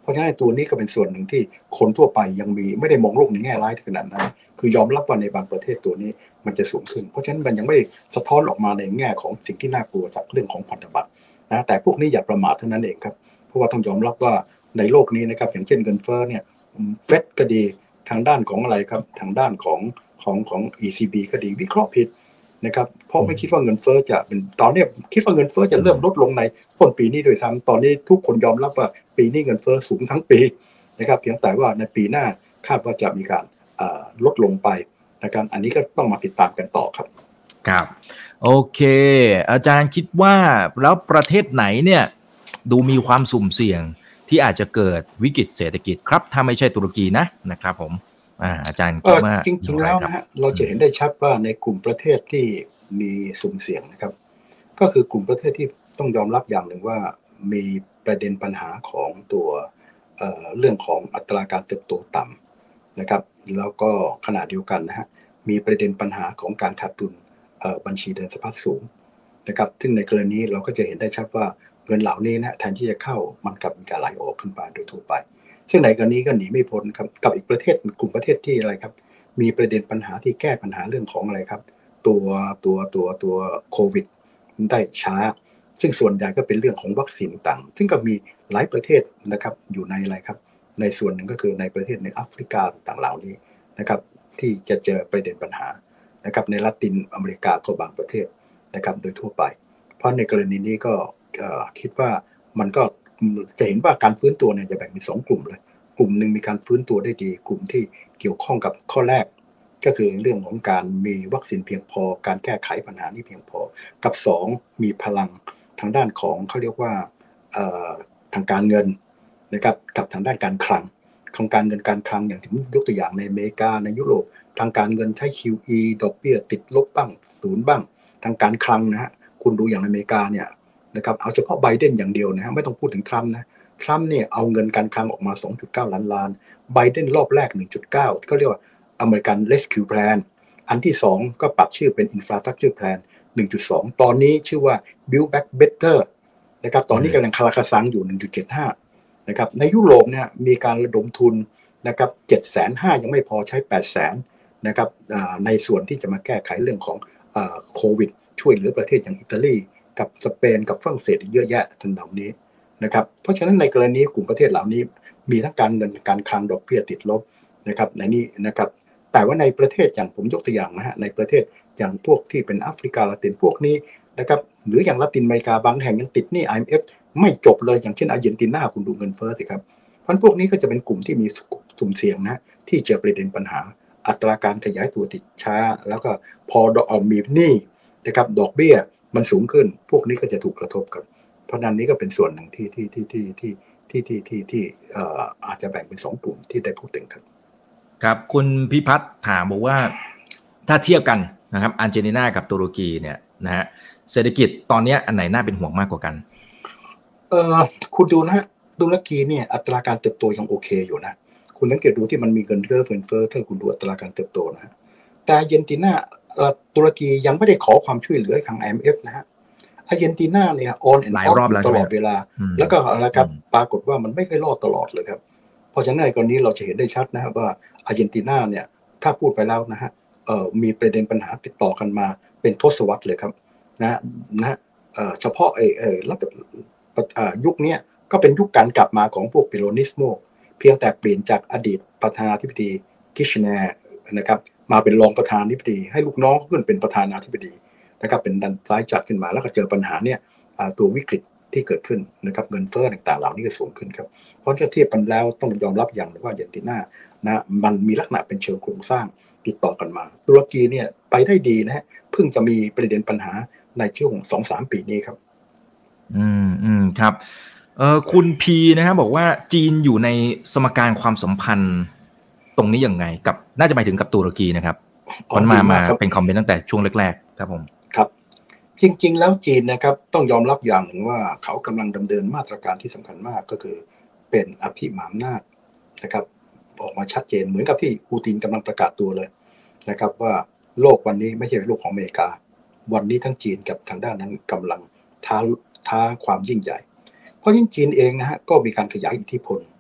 ราะฉะนั้นตัวนี้ก็เป็นส่วนหนึ่งที่คนทั่วไปยังมีไม่ได้มองโลกในแง่ร้ายขนาดนั้นคือยอมรับว่าในบางประเทศตัวนี้มันจะสูงขึ้นเพราะฉะนั้นมันยังไม่สะท้อนออกมาในแง่ของสิ่งที่น่ากลัวจากเรื่องของพันธบัตรนะแต่พวกนี้อย่าประมาทเท่านั้นเองครับเพราะว่าต้องยอมรับว่าในโลกนี้นะครับอย่างเช่นเงินเฟ้อเนี่ยเฟดก็ดีทางด้านของอะไรครับทางด้านของของของ อี ซี บี ก็ดีวิเคราะห์ผิดนะครับเพราะไม่คิดว่าเงินเฟ้อจะเป็นตอนนี้คิดว่าเงินเฟ้อจะเริ่มลดลงในต้นปีนี้โดยซ้ำตอนนี้ทุกคนยอมรับว่าปีนี้เงินเฟ้อสูงทั้งปีนะครับเพียงแต่ว่าในปีหน้าคาดว่าจะมีการลดลงไปนะครับอันนี้ก็ต้องมาติดตามกันต่อครับครับโอเคอาจารย์คิดว่าแล้วประเทศไหนเนี่ยดูมีความสุ่มเสี่ยงที่อาจจะเกิดวิกฤตเศรษฐกิจครับถ้าไม่ใช่ตุรกีนะนะครับผมอ่าอาจารย์คิดว่าจริงๆแล้วนะฮะเราจะเห็นได้ชัดว่าในกลุ่มประเทศที่มีสุ่มเสี่ยงนะครับก็คือกลุ่มประเทศที่ต้องยอมรับอย่างหนึ่งว่ามีประเด็นปัญหาของตัวเอ่อเรื่องของอัตราการเติบโตต่ำนะครับแล้วก็ขณะเดียวกันนะฮะมีประเด็นปัญหาของการขาดดุลบัญชีเดินสะพัดสูงนะครับซึ่งในกรณีเราก็จะเห็นได้ชัดว่าเงินเหล่านี้นะแทนที่จะเข้ามันกลับมีการไหลออกขึ้นไปโดยทั่วไปซึ่งในกรณีก็หนีไม่พ้นครับกับอีกประเทศกลุ่มประเทศที่อะไรครับมีประเด็นปัญหาที่แก้ปัญหาเรื่องของอะไรครับตัวตัวตัวตัวโควิดได้ช้าซึ่งส่วนใหญ่ก็เป็นเรื่องของวัคซีนต่างซึ่งก็มีหลายประเทศนะครับอยู่ในอะไรครับในส่วนหนึ่งก็คือในประเทศในแอฟริกาต่างเหล่านี้นะครับที่จะเจอประเด็นปัญหานะครับในละตินอเมริกาก็บางประเทศนะครับโดยทั่วไปเพราะในกรณีนี้ก็คิดว่ามันก็จะเห็นว่าการฟื้นตัวเนี่ยจะแบ่งเป็นสองกลุ่มเลยกลุ่มหนึ่งมีการฟื้นตัวได้ดีกลุ่มที่เกี่ยวข้องกับข้อแรกก็คือเรื่องของการมีวัคซีนเพียงพอการแก้ไขปัญหานี้เพียงพอกับสองมีพลังทางด้านของเขาเรียกว่าทางการเงินนะครับกับทางด้านการคลังของการเงินการคลังอย่างที่ยกตัวอย่างในอเมริกาในยุโรปทางการเงินใช้ คิว อี ดอกเบี้ยติดลบบ้างศูนย์บ้างทางการคลังนะฮะคุณดูอย่างอเมริกาเนี่ยนะครับเอาเฉพาะไบเดนอย่างเดียวนะฮะไม่ต้องพูดถึงทรัมป์นะทรัมป์เนี่ยเอาเงินการคลังออกมา สองจุดเก้า ล้านล้านไบเดนรอบแรก หนึ่งจุดเก้า ก็เรียกว่า American Rescue Plan อันที่สองก็ปรับชื่อเป็น Infrastructure Plan หนึ่งจุดสอง ตอนนี้ชื่อว่า Build Back Better นะครับตอนนี้กำลังคาราคาซังอยู่ หนึ่งจุดเจ็ดห้า นะครับในยุโรปเนี่ยมีการระดมทุนนะครับ เจ็ดแสนห้าหมื่น ยังไม่พอใช้ แปดแสน นะครับในส่วนที่จะมาแก้ไขเรื่องของโควิดช่วยเหลือประเทศอย่างอิตาลีกับสเปนกับฝรั่งเศสเยอะแยะทั้งเหล่านี้นะครับเพราะฉะนั้นในกรณีกลุ่มประเทศเหล่านี้มีทั้งการเงินการคลังดอกเบี้ยติดลบนะครับในนี้นะครับแต่ว่าในประเทศอย่างผมยกตัวอย่างนะฮะในประเทศอย่างพวกที่เป็นแอฟริกาละตินพวกนี้นะครับหรืออย่างละตินอเมริกาบางแห่งยังติดหนี้ ไอ เอ็ม เอฟ ไม่จบเลยอย่างเช่นอาร์เจนตินาคุณดูเงินเฟ้อสิครับเพราะพวกนี้ก็จะเป็นกลุ่มที่มีสุ่มเสี่ยงนะที่เจอประเด็นปัญหาอัตราการขยายตัวติดช้าแล้วก็พอดอกมีหนี้นะครับดอกเบี้ยมันสูงขึ้นพวกนี้ก็จะถูกกระทบกันเพราะนั้นนี้ก็เป็นส่วนหนึ่งที่ที่ที่ที่ที่ที่ที่ที่ที่เอ่ออาจจะแบ่งเป็นสองกลุ่มที่ได้พูดถึงครับครับคุณพิพัฒน์ถามบอกว่าถ้าเทียบกันนะครับอาร์เจนตินากับตุรกีเนี่ยนะฮะเศรษฐกิจตอนนี้อันไหนน่าเป็นห่วงมากกว่ากันเอ่อคุณดูนะตุรกีเนี่ยอัตราการเติบโตยังโอเคอยู่นะคุณสังเกตดูที่มันมีเงินเฟ้อเงินเฟ้อถ้าคุณดูอัตราการเติบโตนะแต่อาร์เจนตินาตุรกียังไม่ได้ขอความช่วยเหลือทาง ไอ เอ็ม เอฟ นะฮะอาร์เจนตินาเนี่ยออนแอนด์ออฟตลอดเวลาแล้วก็อะไรครับปรากฏว่ามันไม่เคยรอดตลอดเลยครับเพราะฉะนั้นในกรณีเราจะเห็นได้ชัดนะครับว่าอาร์เจนตินาเนี่ยถ้าพูดไปแล้วนะฮะเอ่อมีประเด็นปัญหาติดต่อกันมาเป็นทศวรรษเลยครับนะนะเอ่อเฉพาะไอ้เอ่อรัฐยุคนี้ก็เป็นยุคการกลับมาของพวกเปโลนิสโมเพียงแต่เปลี่ยนจากอดีตประธานาธิบดีคิชเนร์นะครับมาเป็นรองประธานาธิบดีให้ลูกน้องขึ้นเป็นประธานาธิบดีนะครับเป็นดันซ้ายจัดขึ้นมาแล้วก็เจอปัญหาเนี่ยตัววิกฤตที่เกิดขึ้นนะครับเงินเฟ้อต่างๆเหล่านี้ก็สูงขึ้นครับเพราะถ้าเทียบกันแล้วต้องยอมรับอย่างว่าอาร์เจนตินานะมันมีลักษณะเป็นเชิงโครงสร้างติดต่อกันมาตุรกีเนี่ยไปได้ดีนะฮะเพิ่งจะมีประเด็นปัญหาในช่วง สองถึงสาม ปีนี้ครับอืมอืมครับเอ่อคุณพีนะครับบอกว่าจีนอยู่ในสมการความสัมพันธ์ตรงนี้ยังไงกับน่าจะหมายถึงกับตุรกีนะครับมันมามาเป็นคอมเมนต์ตั้งแต่ช่วงแรกๆครับผมครับจริงๆแล้วจีนนะครับต้องยอมรับอย่างหนึ่งว่าเขากำลังดำเนินมาตรการที่สำคัญมากก็คือเป็นอภิมหาอำนาจนะครับออกมาชัดเจนเหมือนกับที่ปูตินกำลังประกาศตัวเลยนะครับว่าโลกวันนี้ไม่ใช่โลกของอเมริกาวันนี้ทั้งจีนกับทางด้านนั้นกำลังท้าท้าความยิ่งใหญ่เพราะยิ่งจีนเองนะฮะก็มีการขยายอิทธิพล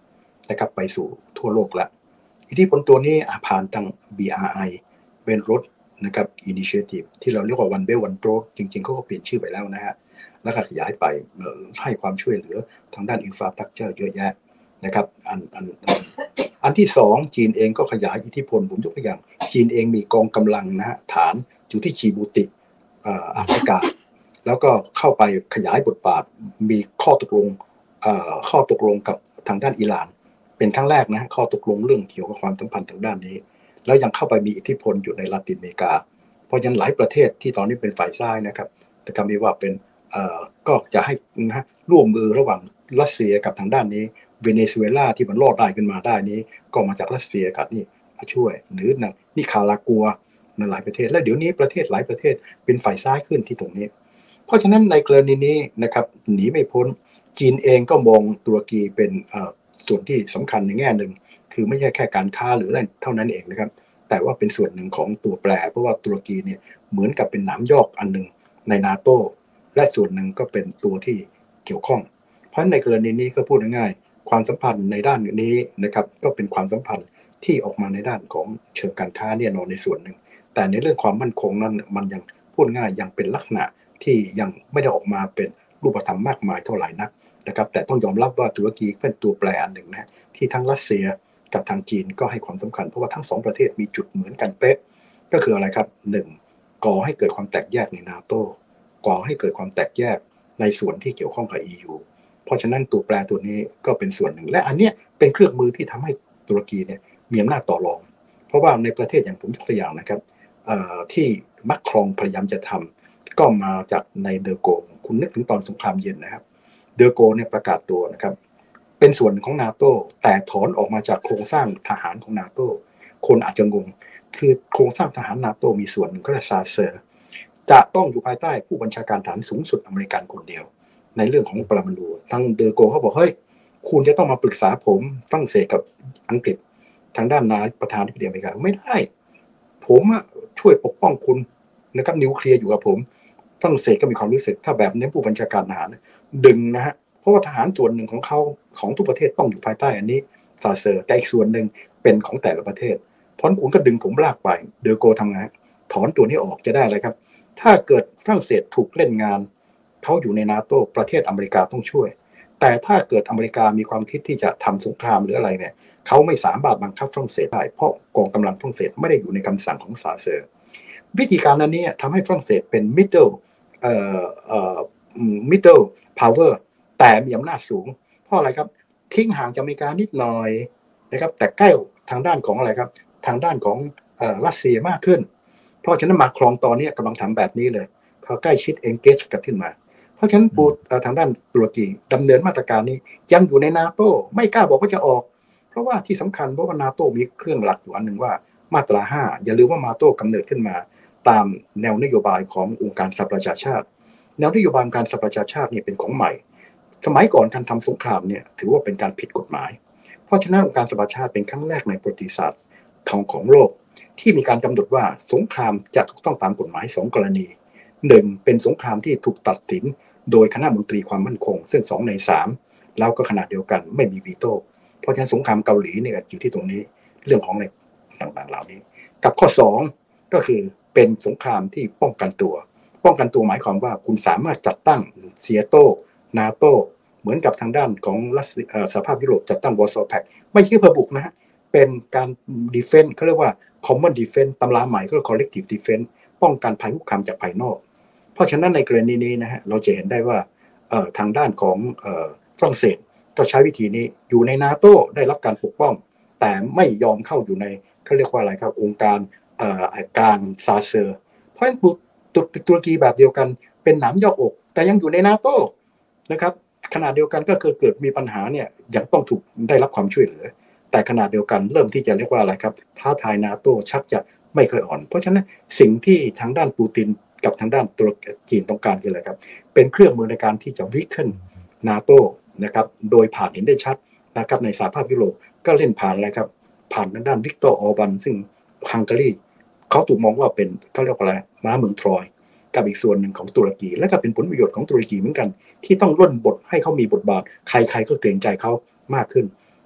นะครับไปสู่ทั่วโลกแล้วอิทธิพลตัวนี้ผ่านทาง บี อาร์ ไอ เป็นรถนะครับ Initiative ที่เราเรียกว่า One Belt One Road จริงๆเขาก็เปลี่ยนชื่อไปแล้วนะฮะแล้วก็ขยายไปให้ความช่วยเหลือทางด้าน Infrastructure เยอะแยะนะครับอันอันอันที่สองจีนเองก็ขยายอิทธิพลผมยกตัวอย่างจีนเองมีกองกำลังนะฮะฐานอยู่ที่จิบูติแอฟริกาแล้วก็เข้าไปขยายบทบาทมีข้อตกลงข้อตกลงกับทางด้านอิหร่านเป็นครั้งแรกนะข้อตกลงเรื่องเกี่ยวกับความสัมพันธ์ทางด้านนี้แล้วยังเข้าไปมีอิทธิพลอยู่ในลาตินอเมริกาเพราะฉะนั้นหลายประเทศที่ตอนนี้เป็นฝ่ายซ้ายนะครับแต่ก็มีว่าเป็นก็จะให้นะร่วมมือระหว่างรัสเซียกับทางด้านนี้เวเนซุเอลาที่มันรอดได้ขึ้นมาได้นี้ก็มาจากรัสเซียกับนี่มาช่วยหรือนี่คารากัวในหลายประเทศและเดี๋ยวนี้ประเทศหลายประเทศเป็นฝ่ายซ้ายขึ้นที่ตรงนี้เพราะฉะนั้นในกรณีนี้นะครับหนีไม่พ้นจีนเองก็มองตุรกีเป็นส่วนที่สำคัญในแง่หนึ่งคือไม่ใช่แค่การค้าหรืออะไรเท่านั้นเองนะครับแต่ว่าเป็นส่วนหนึ่งของตัวแปรเพราะว่าตุรกีเนี่ยเหมือนกับเป็นหนามยอกอันหนึ่งในนาโต้และส่วนหนึ่งก็เป็นตัวที่เกี่ยวข้องเพราะในกรณีนี้ก็พูดง่ายๆความสัมพันธ์ในด้านนี้นะครับก็เป็นความสัมพันธ์ที่ออกมาในด้านของเชิงการค้าเนี่ยนอนในส่วนหนึ่งแต่ในเรื่องความมั่นคงนั้นมันยังพูดง่ายยังเป็นลักษณะที่ยังไม่ได้ออกมาเป็นรูปธรรมมากมายเท่าไหร่นักนะครับแต่ต้องยอมรับว่าตุรกีเป็นตัวแปรอันหนึ่งนะที่ทั้งรัสเซียกับทางจีนก็ให้ความสำคัญเพราะว่าทั้งสองประเทศมีจุดเหมือนกันเป๊ะก็คืออะไรครับหนึ่งก่อให้เกิดความแตกแยกในนาโต้ก่อให้เกิดความแตกแยกในส่วนที่เกี่ยวข้องกับ อี ยู เพราะฉะนั้นตัวแปรตัวนี้ก็เป็นส่วนหนึ่งและอันนี้เป็นเครื่องมือที่ทำให้ตุรกีเนี่ยมีอำนาจต่อรองเพราะว่าในประเทศอย่างผมยกตัวอย่างนะครับที่มักครองพยายามจะทำก็มาจากในเดอโกคุณนึกถึงตอนสงครามเย็นนะครับเดอโกเนี่ยประกาศตัวนะครับเป็นส่วนของนาโต้แต่ถอนออกมาจากโครงสร้างทหารของนาโต้คนอาจจะงงคือโครงสร้างทหารนาโต้มีส่วนหนึ่งก็คือซาเซอร์จะต้องอยู่ภายใต้ผู้บัญชาการฐานสูงสุดอเมริกันคนเดียวในเรื่องของปรมาณูทั้งเดอโกเขาบอกเฮ้ยคุณจะต้องมาปรึกษาผมฝรั่งเศสกับอังกฤษทางด้านนายประธานาธิบดีอเมริกาไม่ได้ผมช่วยปกป้องคุณนะครับนิวเคลียร์อยู่กับผมฝรั่งเศสก็มีความรู้สึกถ้าแบบนี้ผู้บัญชาการทหารดึงนะฮะเพราะว่าทหารส่วนหนึ่งของเขาของทุกประเทศต้องอยู่ภายใต้อันนี้ซาเซอร์แต่อีกส่วนหนึ่งเป็นของแต่ละประเทศเพราะคุณก็ดึงผมลากไปเดอโกทำงานถอนตัวนี้ออกจะได้อะไรครับถ้าเกิดฝรั่งเศสถูกเล่นงานเขาอยู่ในนาโต้ประเทศอเมริกาต้องช่วยแต่ถ้าเกิดอเมริกามีความคิดที่จะทำสงครามหรืออะไรเนี่ยเขาไม่สามารถบังคับฝรั่งเศสได้เพราะกองกำลังฝรั่งเศสไม่ได้อยู่ในคำสั่งของซาเซอร์วิธีการนั้นนี้ทำให้ฝรั่งเศสเป็น middle เอ่อเอ่อ middle power แต่มีอำนาจสูงเพราะอะไรครับทิ้งห่างจากอเมริกานิดหน่อยนะครับแต่ใกล้ทางด้านของอะไรครับทางด้านของเอ่อรัสเซียมากขึ้นเพราะฉะนั้นมาครองตอนนี้กำลังทำแบบนี้เลยเขาใกล้ชิด engage กันขึ้นมาเพราะฉะนั้นปูทางด้านตุรกีดำเนินมาตรการนี้ยังอยู่ในนาโต้ไม่กล้าบอกว่าจะออกเพราะว่าที่สำคัญเพราะว่านาโต้มีเครื่องหลักอยู่อันหนึ่งว่ามาตราห้าอย่าลืมว่านาโต้กำเนิดขึ้นมาตามแนวนโยบายขององค์การสหประชาชาติแนวนโยบายการสหประชาชาติเนี่ยเป็นของใหม่สมัยก่อนการทำสงครามเนี่ยถือว่าเป็นการผิดกฎหมายเพราะฉะนั้นองค์การสหประชาชาติเป็นครั้งแรกในประวัติศาสตร์ของของโลกที่มีการกำหนดว่าสงครามจะถูกต้องตามกฎหมายสองกรณีหนึ่งเป็นสงครามที่ถูกตัดสินโดยคณะมนตรีความมั่นคงซึ่งสองในสามแล้วก็ขนาดเดียวกันไม่มีวีโต้เพราะฉะนั้นสงครามเกาหลีเนี่ยอยู่ที่ตรงนี้เรื่องของอะไรต่างๆเหล่านี้กับข้อสองก็คือเป็นสงครามที่ป้องกันตัวป้องกันตัวหมายความว่าคุณสามารถจัดตั้งเซียโตนาโตเหมือนกับทางด้านของรัสสหภาพยุโรปจัดตั้งวอร์ซอแพ็กไม่ใช่เพื่อบุกนะฮะเป็นการดีเฟนส์เขาเรียกว่า common defense ตำราใหม่ก็คือ collective defense ป้องกันภัยคุกคามจากภายนอกเพราะฉะนั้นในกรณีนี้นะฮะเราจะเห็นได้ว่าทางด้านของฝรั่งเศสก็ใช้วิธีนี้อยู่ในนาโต้ได้รับการปกป้องแต่ไม่ยอมเข้าอยู่ในเขาเรียกว่าอะไรครับองค์การกลางซาเซอร์เพราะฉะนั้นตุรกีแบบเดียวกันเป็นหนามยอกอกแต่ยังอยู่ในนาโต้นะครับขณะเดียวกันก็เกิดเกิดมีปัญหาเนี่ยยังต้องถูกได้รับความช่วยเหลือแต่ขณะเดียวกันเริ่มที่จะเรียกว่าอะไรครับท้าทายนาโต้ชักจะไม่เคยอ่อนเพราะฉะนั้นสิ่งที่ทางด้านปูตินกับทางด้านตุรกีจีนต้องการคืออะไรครับเป็นเครื่องมือในการที่จะวิกเกิลนาโต้นะครับโดยผ่านเห็นได้ชัดนะครับในสหภาพยุโรปก็เล่นผ่านอะไรครับผ่านทางด้านวิกตอร์ออร์บันซึ่งฮังการีเขาถูกมองว่าเป็นเขาเรียกว่าอะไรม้าเมืองทรอยกับอีกส่วนหนึ่งของตุรกีและก็เป็นผลประโยชน์ของตุรกีเหมือนกันที่ต้องร่นบทให้เขามีบทบาทใครๆก็เกรงใจเขามากขึ้น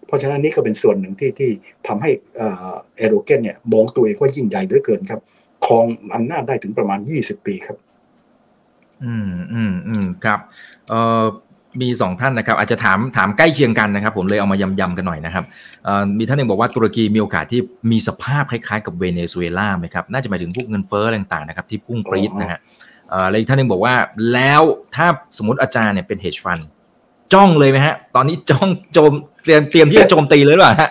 เพราะฉะนั้นนี่ก็เป็นส่วนหนึ่งที่ที่ทำให้เอ่อเอโรเกนเนี่ยมองตัวเองว่ายิ่งใหญ่ด้วยเกินครับครองอำนาจได้ถึงประมาณยี่สิบปีครับอืมอืมอืมครับเอ่อมีสองท่านนะครับอาจจะถามถามใกล้เคียงกันนะครับผมเลยเอามายำๆกันหน่อยนะครับเอ่อมีท่านหนึ่งบอกว่าตุรกีมีโอกาสที่มีสภาพคล้ายๆกับเวเนซุเอลาไหมครับน่าจะหมายถึงพวกเงินเฟ้ออะไรต่างๆนะครับที่พุ่งปรี๊ดนะฮะเอ่อแล้วอีกท่านหนึ่งบอกว่าแล้วถ้าสมมติอาจารย์เนี่ยเป็น hedge fund จ้องเลยไหมฮะตอนนี้จ้องโจมเตรียมเตรียมที่จะโจมตีเลยหรือเปล่าฮะ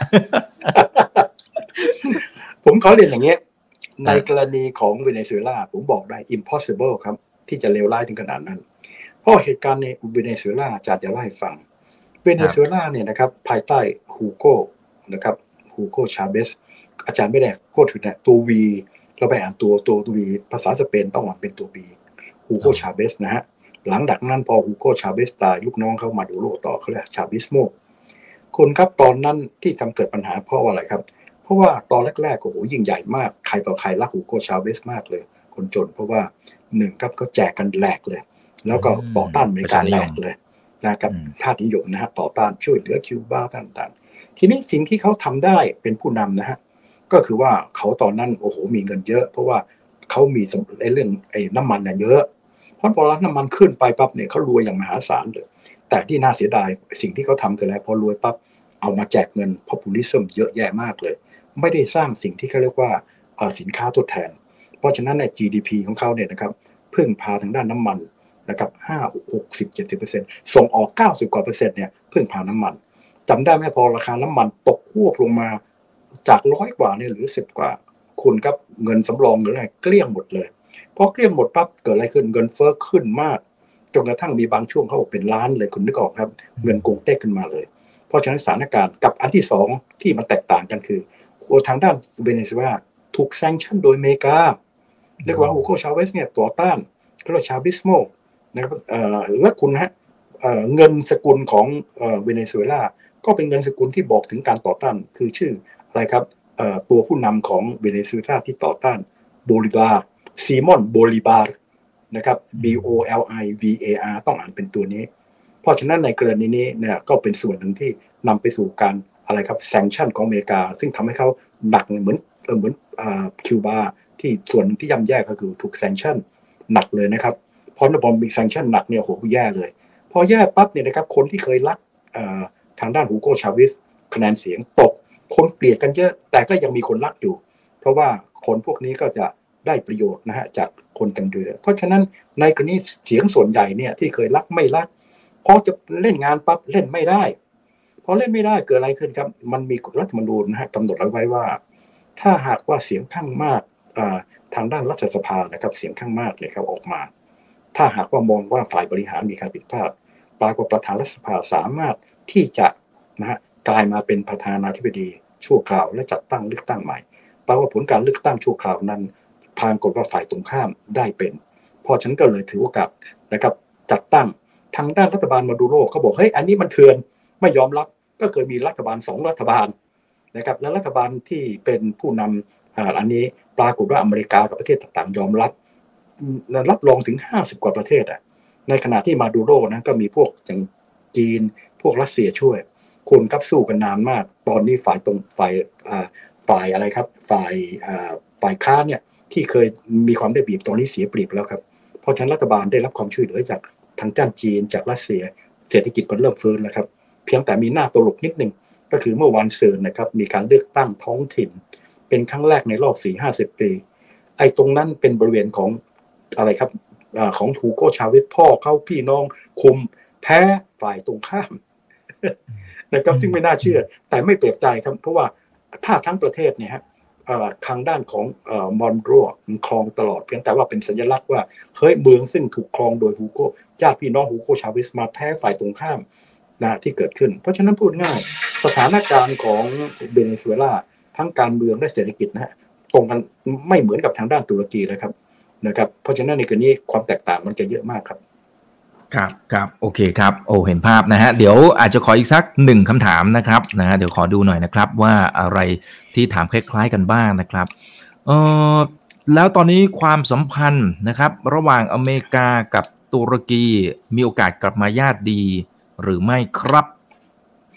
ผมขอเรียนอย่างเงี้ยในกรณีของเวเนซุเอลาผมบอกได้ impossible ครับที่จะเลวร้ายถึงขนาดนั้นเพราะเหตุการณ์ในเวเนซุเอลาอาจารย์จะเล่าให้ฟังเวเนซุเอลาเนี่ยนะครับภายใต้ฮูโกนะครับฮูโกชาเบสอาจารย์ไม่ได้พูดถึงนะตัว V เราไปอ่านตัวตัว V ภาษาสเปนต้องอ่านเป็นตัว B ฮูโกชาเบสนะฮะหลังจากนั้นพอฮูโกชาเบสตายลูกน้องเขามาดูโลต่อเขาเรียกชาบิสโมคุณครับตอนนั้นที่ทำเกิดปัญหาเพราะอะไรครับเพราะว่าตอนแรกๆโอ้โหยิ่งใหญ่มากใครต่อใครรักฮูโกชาเวสมากเลยคนจนเพราะว่าหนึ่งครับก็แจกกันแหลกเลยแล้วก็ต่อต้านอเมริกาแหลกเลยนะครับชาตินิยมนะฮะต่อต้านช่วยเหลือคิวบาต่างๆทีนี้สิ่งที่เขาทำได้เป็นผู้นำนะฮะก็คือว่าเขาตอนนั้นโอ้โหมีเงินเยอะเพราะว่าเขามีไอ้เรื่องไอ้น้ำมันเนี่ยเยอะเพราะพอร้านน้ำมันขึ้นไปปั๊บเนี่ยเขารวยอย่างมหาศาลเลยแต่ที่น่าเสียดายสิ่งที่เขาทำคืออะไรพอรวยปั๊บเอามาแจกเงิน populism เยอะแยะมากเลยไม่ได้สร้างสิ่งที่เขาเรียกว่าสินค้าทดแทนเพราะฉะนั้นใน จี ดี พี ของเขาเนี่ยนะครับพึ่งพาทางด้านน้ำมันนะครับห้า หกสิบ เจ็ดสิบเปอร์เซ็นต์ ส่งออกเก้าสิบกว่าเปอร์เซ็นต์เนี่ยพึ่งพาน้ำมันจำได้ไหมพอราคาน้ำมันตกควบลงมาจากร้อยกว่าเนี่ยหรือสิบกว่าคุณครับเงินสำรองหรืออะไรเกลี้ยงหมดเลยพอเกลี้ยงหมดปั๊บเกิดอะไรขึ้นเงินเฟ้อขึ้นมากจนกระทั่งมีบางช่วงเขาบอกเป็นล้านเลยคุณนึกออกครับเงินกงเต้ขึ้นมาเลยเพราะฉะนั้นสถานการณ์กับอันที่สองที่มันแตกต่างกันคือทางด้านเวเนซุเอลาถูกแซงชั่นโดยอเมริกาเรียกว่าฮูโกชาเวสเนี่ยต่อต้านก็เรียกชาบิสโมนะครับเอ่อและคุณฮะเอ่อเงินสกุลของเอ่อเวเนซุเอลาก็เป็นเงินสกุลที่บอกถึงการต่อต้านคือชื่ออะไรครับเอ่อตัวผู้นำของเวเนซุเอลาที่ต่อต้านโบลิวาร์ซิมอนโบลิวาร์นะครับ B O L I V A R ต้องอ่านเป็นตัวนี้เพราะฉะนั้นในกรณีนี้เนี่ยก็เป็นส่วนหนึ่งที่นำไปสู่การอะไรครับแซงชั่นของอเมริกาซึ่งทำให้เขาหนักเหมือนเออเหมือนอ่าคิวบาที่ส่วนที่ย่ำแย่ก็คือถูกแซงชั่นหนักเลยนะครับเพราะพอมีแซงชั่นหนักเนี่ยโหแย่เลยพอแย่ปั๊บเนี่ยนะครับคนที่เคยรักทางด้านฮูโกชาวิสคะแนนเสียงตกคนเกลียดกันเยอะแต่ก็ยังมีคนรักอยู่เพราะว่าคนพวกนี้ก็จะได้ประโยชน์นะฮะจากคนกันเดือเพราะฉะนั้นในกรณีเสียงส่วนใหญ่เนี่ยที่เคยรักไม่รักพอจะเล่นงานปั๊บเล่นไม่ได้พอเล่นไม่ได้เกิดอะไรขึ้นครับมันมีกฎรัฐธรรมนูญนะฮะกำหนดเอาไว้ว่าถ้าหากว่าเสียงข้างมากทางด้านรัฐสภานะครับเสียงข้างมากเนี่ยครับออกมาถ้าหากว่ามองว่าฝ่ายบริหารมีการผิดพลาดปรากฏประธานรัฐสภาสามารถที่จะนะฮะกลายมาเป็นประธานาธิบดีชั่วคราวและจัดตั้งเลือกตั้งใหม่แปลว่าผลการเลือกตั้งชั่วคราวนั้นปรากฏว่าฝ่ายตรงข้ามได้เป็นเพราะฉะนั้นก็เลยถือโอกาสนะครับจัดตั้งทางด้านรัฐบาลมาดูโรเขาบอกเฮ้ยอันนี้มันเถื่อนไม่ยอมรับก็เคยมีรัฐบาลสองรัฐบาลนะครับและรัฐบาลที่เป็นผู้นำอ่าอันนี้ปรากฏว่าอเมริกากับประเทศต่างๆยอมรับรับรองถึงห้าสิบกว่าประเทศอ่ะในขณะที่มาดูโรนั้นก็มีพวกอย่างจีนพวกรัสเซียช่วยคุณครับสู้กันนานมากตอนนี้ฝ่ายตรงฝ่ายอ่าฝ่ายอะไรครับฝ่ายอ่าฝ่ายค้านเนี่ยที่เคยมีความได้เปรียบตอนนี้เสียเปรียบแล้วครับเพราะฉะนั้นรัฐบาลได้รับความช่วยเหลือจากทางด้านจีนจากรัสเซียเศรษฐกิจมันเริ่มฟื้นแล้วครับเพียงแต่มีหน้าตลกนิดนึงก็คือเมื่อวันศุกร์นะครับมีการเลือกตั้งท้องถิ่นเป็นครั้งแรกในรอบ สี่ถึงห้าสิบ ปีไอ้ตรงนั้นเป็นบริเวณของอะไรครับอ่าของฮูโกชาเวสพ่อเขาพี่น้องคุมแพ้ฝ่ายตรงข้ามนะครับซึ่งไม่น่าเชื่อแต่ไม่แปลกใจครับเพราะว่าถ้าทั้งประเทศเนี่ยฮะทางด้านของมอนโรครองตลอดเพียงแต่ว่าเป็นสัญลักษณ์ว่าเฮ้ยเมืองซึ่งถูกครองโดยฮูโกญาติพี่น้องฮูโกชาเวสมาแพ้ฝ่ายตรงข้ามนะที่เกิดขึ้นเพราะฉะนั้นพูดง่ายสถานการณ์ของเวเนซุเอลาทั้งการเมืองและเศรษฐกิจนะฮะตรงกันไม่เหมือนกับทางด้านตุรกีเลยครับนะครับเพราะฉะนั้นในกรณีความแตกต่างมันจะเยอะมากครับครับครับโอเคครับโอ้เห็นภาพนะฮะเดี๋ยวอาจจะขออีกสักหนึ่งคำถามนะครับนะฮะเดี๋ยวขอดูหน่อยนะครับว่าอะไรที่ถามคล้ายๆกันบ้างนะครับเออแล้วตอนนี้ความสัมพันธ์นะครับระหว่างอเมริกากับตุรกีมีโอกาสกลับมาญาติดีหรือไม่ครับ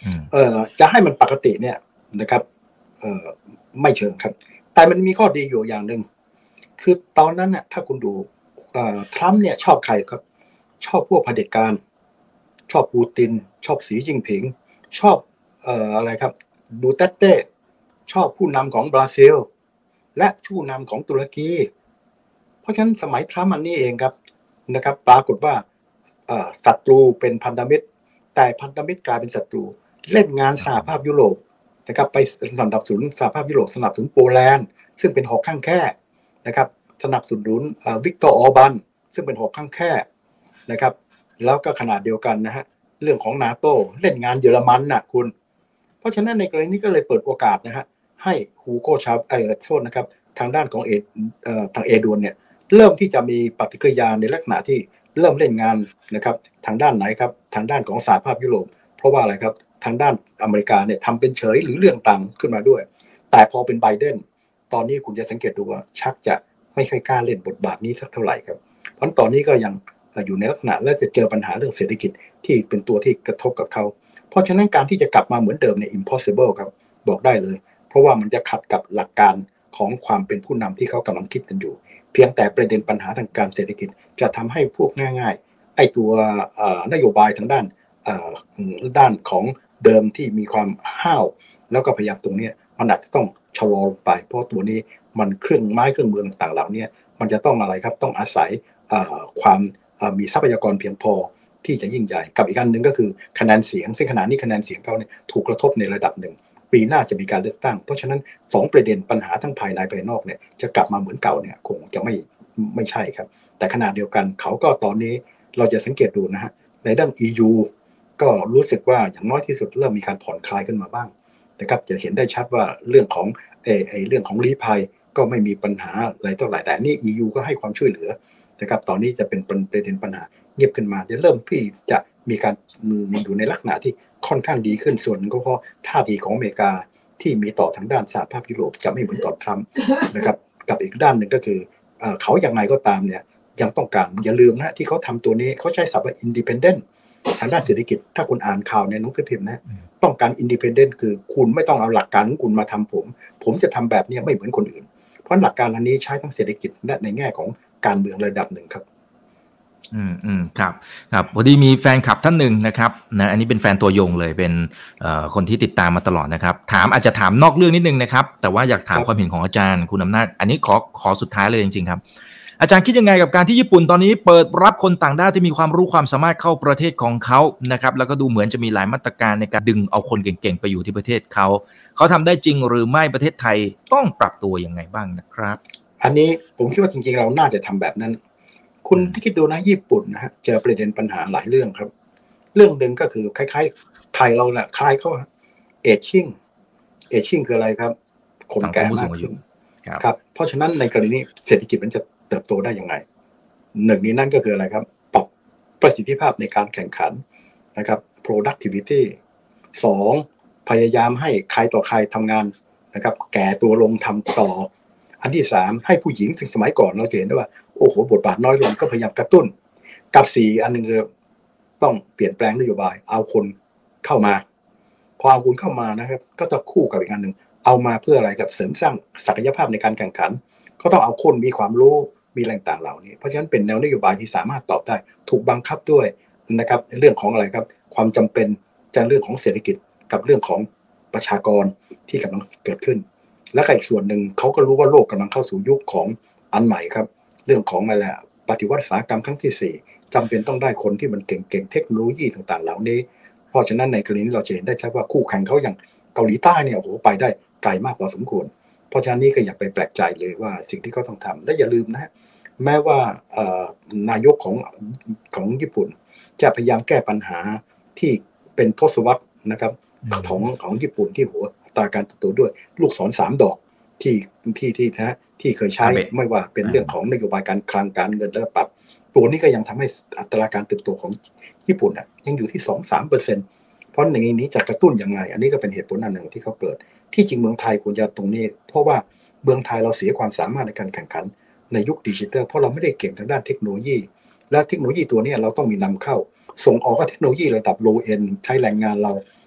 เอ่อจะให้มันปกติเนี่ยนะครับเอ่อไม่เชิงครับแต่มันมีข้อดีอยู่อย่างหนึ่งคือตอนนั้นน่ะถ้าคุณดูเอ่อทรัมป์เนี่ยชอบใครครับชอบพวกเผด็จการชอบปูตินชอบสีจิ้งผิงชอบเอ่ออะไรครับดูเตเต้ชอบผู้นำของบราซิลและผู้นำของตุรกีเพราะฉะนั้นสมัยทรัมป์มันนี่เองครับนะครับปรากฏว่าเอ่อศัตรูเป็นพันธมิตรแต่พันธมิตรกลายเป็นศัตรูเล่นงานสหภาพยุโรปนะครับไปสนับสนุนสหภาพยุโรปสนับสนุนโปแลนด์ซึ่งเป็นหอกข้างแค่นะครับสนับสนุนวิกตอร์ออร์บันซึ่งเป็นหอกข้างแค่นะครับแล้วก็ขนาดเดียวกันนะฮะเรื่องของนาโต้เล่นงานเยอรมันน่ะคุณเพราะฉะนั้นในกรณีนี้ก็เลยเปิดโอกาสนะฮะให้ฮูโกชาเอ่อโทษนะครับทางด้านของเอเอ่อทางเอดวนเนี่ยเริ่มที่จะมีปฏิกิริยาในลักษณะที่เริ่มเล่นงานนะครับทางด้านไหนครับทางด้านของสหภาพยุโรปเพราะว่าอะไรครับทางด้านอเมริกาเนี่ยทำเป็นเฉยหรือเรื่องต่างขึ้นมาด้วยแต่พอเป็นไบเดนตอนนี้คุณจะสังเกตดูว่าชักจะไม่ค่อยกล้าเล่นบทบาทนี้สักเท่าไหร่ครับเพราะตอนนี้ก็ยังอยู่ในลักษณะและจะเจอปัญหาเรื่องเศรษฐกิจที่เป็นตัวที่กระทบกับเขาเพราะฉะนั้นการที่จะกลับมาเหมือนเดิมเนี่ย impossible ครับบอกได้เลยเพราะว่ามันจะขัดกับหลักการของความเป็นผู้นำที่เขากำลังคิดกันอยู่เพียงแต่ประเด็นปัญหาทางการเศรษฐกิจจะทำให้พวกง่ายๆไอ้ตัวนโยบายทางด้านด้านของเดิมที่มีความห้าวแล้วก็พยายามตรงนี้มันอาจจะต้องชะลอลงไปเพราะตัวนี้มันเครื่องไม้เครื่องมือต่างๆเหล่านี้มันจะต้องอะไรครับต้องอาศัยความมีทรัพยากรเพียงพอที่จะยิ่งใหญ่กับอีกอันหนึ่งก็คือคะแนนเสียงซึ่งขณะนี้คะแนนเสียงเขาเนี่ยถูกกระทบในระดับหนึ่งปีหน้าจะมีการเลือกตั้งเพราะฉะนั้นสองประเด็นปัญหาทั้งภายในภายนอกเนี่ยจะกลับมาเหมือนเก่าเนี่ยคงจะไม่ไม่ใช่ครับแต่ขณะเดียวกันเขาก็ตอนนี้เราจะสังเกตดูนะฮะในด้าน อี ยู ก็รู้สึกว่าอย่างน้อยที่สุดเริ่มมีการผ่อนคลายขึ้นมาบ้างนะครับจะเห็นได้ชัดว่าเรื่องของเออเรื่องของลี้ภัยก็ไม่มีปัญหาอะไรเท่าไหร่แต่นี่ อี ยู ก็ให้ความช่วยเหลือนะครับตอนนี้จะเป็นประเด็นปัญหาเงียบขึ้นมาจะเริ่มที่จะมีการอยู่ในลักษณะที่ค่อนข้างดีขึ้นส่วนก็เพราะท่าทีของอเมริกาที่มีต่อทางด้านสหภาพยุโรปจะไม่เหมือนตอนทรัมป์นะครับกับอีกด้านหนึ่งก็คือเขาอย่างไรก็ตามเนี่ยยังต้องการอย่าลืมนะที่เขาทำตัวนี้เขาใช้ศัพท์ว่า independent ทางด้านเศรษฐกิจถ้าคุณอ่านข่าวในหนังสือพิมพ์นะต้องการ independent คือคุณไม่ต้องเอาหลักการของคุณมาทำผมผมจะทำแบบนี้ไม่เหมือนคนอื่นเพราะหลักการอันนี้ใช้ทั้งเศรษฐกิจและในแง่ของการเมืองระดับหนึ่งครับอืมอืมครับครับพอดีมีแฟนคลับท่านหนึ่งนะครับนะอันนี้เป็นแฟนตัวยงเลยเป็นเอ่อคนที่ติดตามมาตลอดนะครับถามอาจจะถามนอกเรื่องนิดนึงนะครับแต่ว่าอยากถามความเห็นของอาจารย์คุณอำนาจอันนี้ขอขอสุดท้ายเลยจริงๆครับอาจารย์คิดยังไงกับการที่ญี่ปุ่นตอนนี้เปิดรับคนต่างด้าวที่มีความรู้ความสามารถเข้าประเทศของเขานะครับแล้วก็ดูเหมือนจะมีหลายมาตรการในการดึงเอาคนเก่งๆไปอยู่ที่ประเทศเขาเขาทำได้จริงหรือไม่ประเทศไทยต้องปรับตัวยังไงบ้างนะครับอันนี้ผมคิดว่าจริงๆเราน่าจะทำแบบนั้นคุณที่คิดดูนะญี่ปุ่นนะฮะเจอประเด็นปัญหาหลายเรื่องครับเรื่องหนึ่งก็คือคล้ายๆไทยเราแหละคล้ายเขาเอจชิ่งเอจชิ่งคืออะไรครับคนแก่มากขึ้นครับเพราะฉะนั้นในกรณีนี้เศรษฐกิจมันจะเติบโตได้ยังไงหนึ่งนี้นั่นก็คืออะไรครับปรับประสิทธิภาพในการแข่งขันนะครับ productivity สองพยายามให้ใครต่อใครทำงานนะครับแก่ตัวลงทำต่ออันที่สามให้ผู้หญิงซึ่งสมัยก่อนเราเห็นได้ว่าโอ้โหบทบาทน้อยลงก็พยายามกระตุ้นกับสี่อันนึงคือต้องเปลี่ยนแปลงนโยบายเอาคนเข้ามาพอเอาคนเข้ามานะครับก็ต้องคู่กับอีกอันนึงเอามาเพื่ออะไรกับเสริมสร้างศักยภาพในการแข่งขันก็ต้องเอาคนมีความรู้มีแรงต่างเหล่านี้เพราะฉะนั้นเป็นแนวนโยบายที่สามารถตอบได้ถูกบังคับด้วยนะครับเรื่องของอะไรครับความจำเป็นจะเรื่องของเศรษฐกิจกับเรื่องของประชากรที่กำลังเกิดขึ้นและอีกส่วนหนึ่งเขาก็รู้ว่าโลกกำลังเข้าสู่ยุคของอันใหม่ครับเรื่องของอะไรปฏิวัติอุตสาหกรรมครั้งที่สี่จำเป็นต้องได้คนที่มันเก่งๆเทคโนโลยีต่างๆเหล่านี้เพราะฉะนั้นในกรณีนี้เราจะเห็นได้ชัดว่าคู่แข่งเขาอย่างเกาหลีใต้เนี่ยโอ้โหไปได้ไกลมากพอสมควรเพราะฉะนั้นนี่ก็อย่าไปแปลกใจเลยว่าสิ่งที่เขาต้องทำและอย่าลืมนะแม้ว่านายกของของญี่ปุ่นจะพยายามแก้ปัญหาที่เป็นทศวรรษนะครับของของญี่ปุ่นที่หัวตาการเติบโตด้วยลูกศรสามดอกที่ที่ที่นะที่เคยใช้ไม่ว่าเป็นเรื่องของนโยบายการคลังการเงินและปรับตัวนี้ก็ยังทำให้อัตราการเติบโตของญี่ปุ่นอ่ะยังอยู่ที่ สองถึงสามเปอร์เซ็นต์ เพราะในนี้จะกระตุ้นยังไงอันนี้ก็เป็นเหตุผลอันหนึ่งที่เขาเปิดที่จริงเมืองไทยควรจะตรงนี้เพราะว่าเมืองไทยเราเสียความสามารถในการแข่งขันในยุคดิจิทัลเพราะเราไม่ได้เก่งทางด้านเทคโนโลยีและเทคโนโลยีตัวนี้เราต้องมีนำเข้าส่งออกก็เทคโนโลยีระดับ low end ใช้แรงงานเรา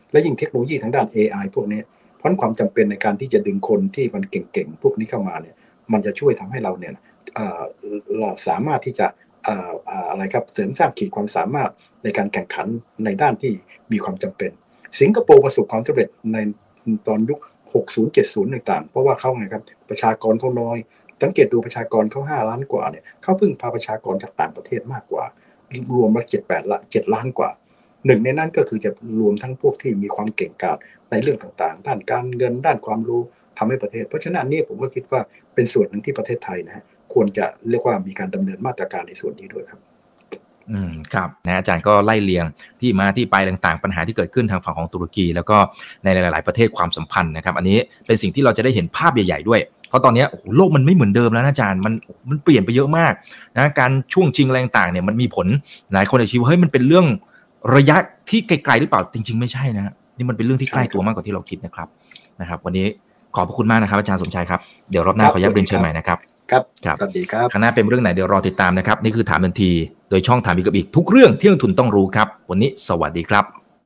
และยิ่งเทคโนโลยีทางด้าน เอ ไอ พวกนี้เพราะความจำเป็นในการที่จะดึงคนที่มันเก่งๆพวกนี้เข้ามาเนี่ยมันจะช่วยทำให้เราเนี่ยเราสามารถที่จะอะไรครับเสริมสร้างขีดความสามารถในการแข่งขันในด้านที่มีความจำเป็นสิงคโปร์ประสบความสำเร็จในตอนยุคหกสิบ เจ็ดสิบต่างๆเพราะว่าเขาไงครับประชากรเขาน้อยสังเกตดูประชากรเขาห้าล้านกว่าเนี่ยเขาพึ่งพาประชากรจากต่างประเทศมากกว่ารวมมาเจ็ด แปดละเจ็ดล้านกว่าหนึ่งในนั้นก็คือจะรวมทั้งพวกที่มีความเก่งกาจในเรื่องต่างๆด้านการเงินด้านความรู้ทำให้ประเทศเพราะฉะนั้นนี่ผมก็คิดว่าเป็นส่วนหนึ่งที่ประเทศไทยนะฮะควรจะเรียกว่ามีการดำเนินมาตรการในส่วนนี้ด้วยครับอืมครับนะอาจารย์ก็ไล่เรียงที่มาที่ไปต่างๆปัญหาที่เกิดขึ้นทางฝั่งของตุรกีแล้วก็ในหลายๆประเทศความสัมพันธ์นะครับอันนี้เป็นสิ่งที่เราจะได้เห็นภาพใหญ่ๆด้วยเพราะตอนนี้โอ้โหโลกมันไม่เหมือนเดิมแล้วนะอาจารย์มันมันเปลี่ยนไปเยอะมากนะการช่วงชิงอะไรต่างๆเนี่ยมันมีผลหลายคนอาจจะคิดว่าเฮ้ยมันเป็นเรื่องระยะที่ไกลๆหรือเปล่าจริงๆไม่ใช่นะนี่มันเป็นเรื่องที่ใกล้ตัวมากกว่าที่เราคิดนะครับนะครับวันนี้ขอบพระคุณมากนะครับอาจารย์สมชายครับเดี๋ยวรอบหน้าขออนุญาตเรียนเชิญใหม่นะครับครับสวัสดีครับข้างหน้าเป็นเรื่องไหนเดี๋ยวรอติดตามนะครับนี่คือถามทันทีโดยช่องถามอีกกับอีกทุกเรื่องที่นักทุนต้องรู้ครับวันนี้สวัสดีครับ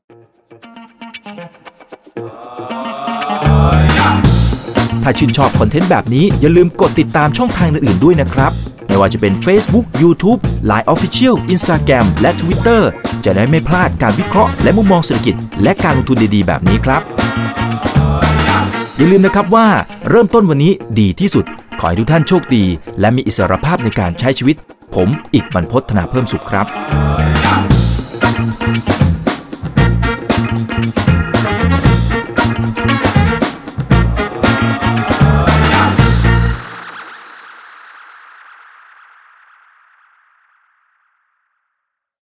ถ้าชื่นชอบคอนเทนต์แบบนี้อย่าลืมกดติดตามช่องทางอื่นๆด้วยนะครับไม่ว่าจะเป็น Facebook, YouTube, ไลน์ Official, Instagram และ Twitter จะได้ไม่พลาดการวิเคราะห์และมุมมองเศรษฐกิจและการลงทุนดีๆแบบนี้ครับอย่าลืมนะครับว่าเริ่มต้นวันนี้ดีที่สุดขอให้ทุกท่านโชคดีและมีอิสรภาพในการใช้ชีวิตผมอีกบรรพต ธนาเพิ่มสุขครับ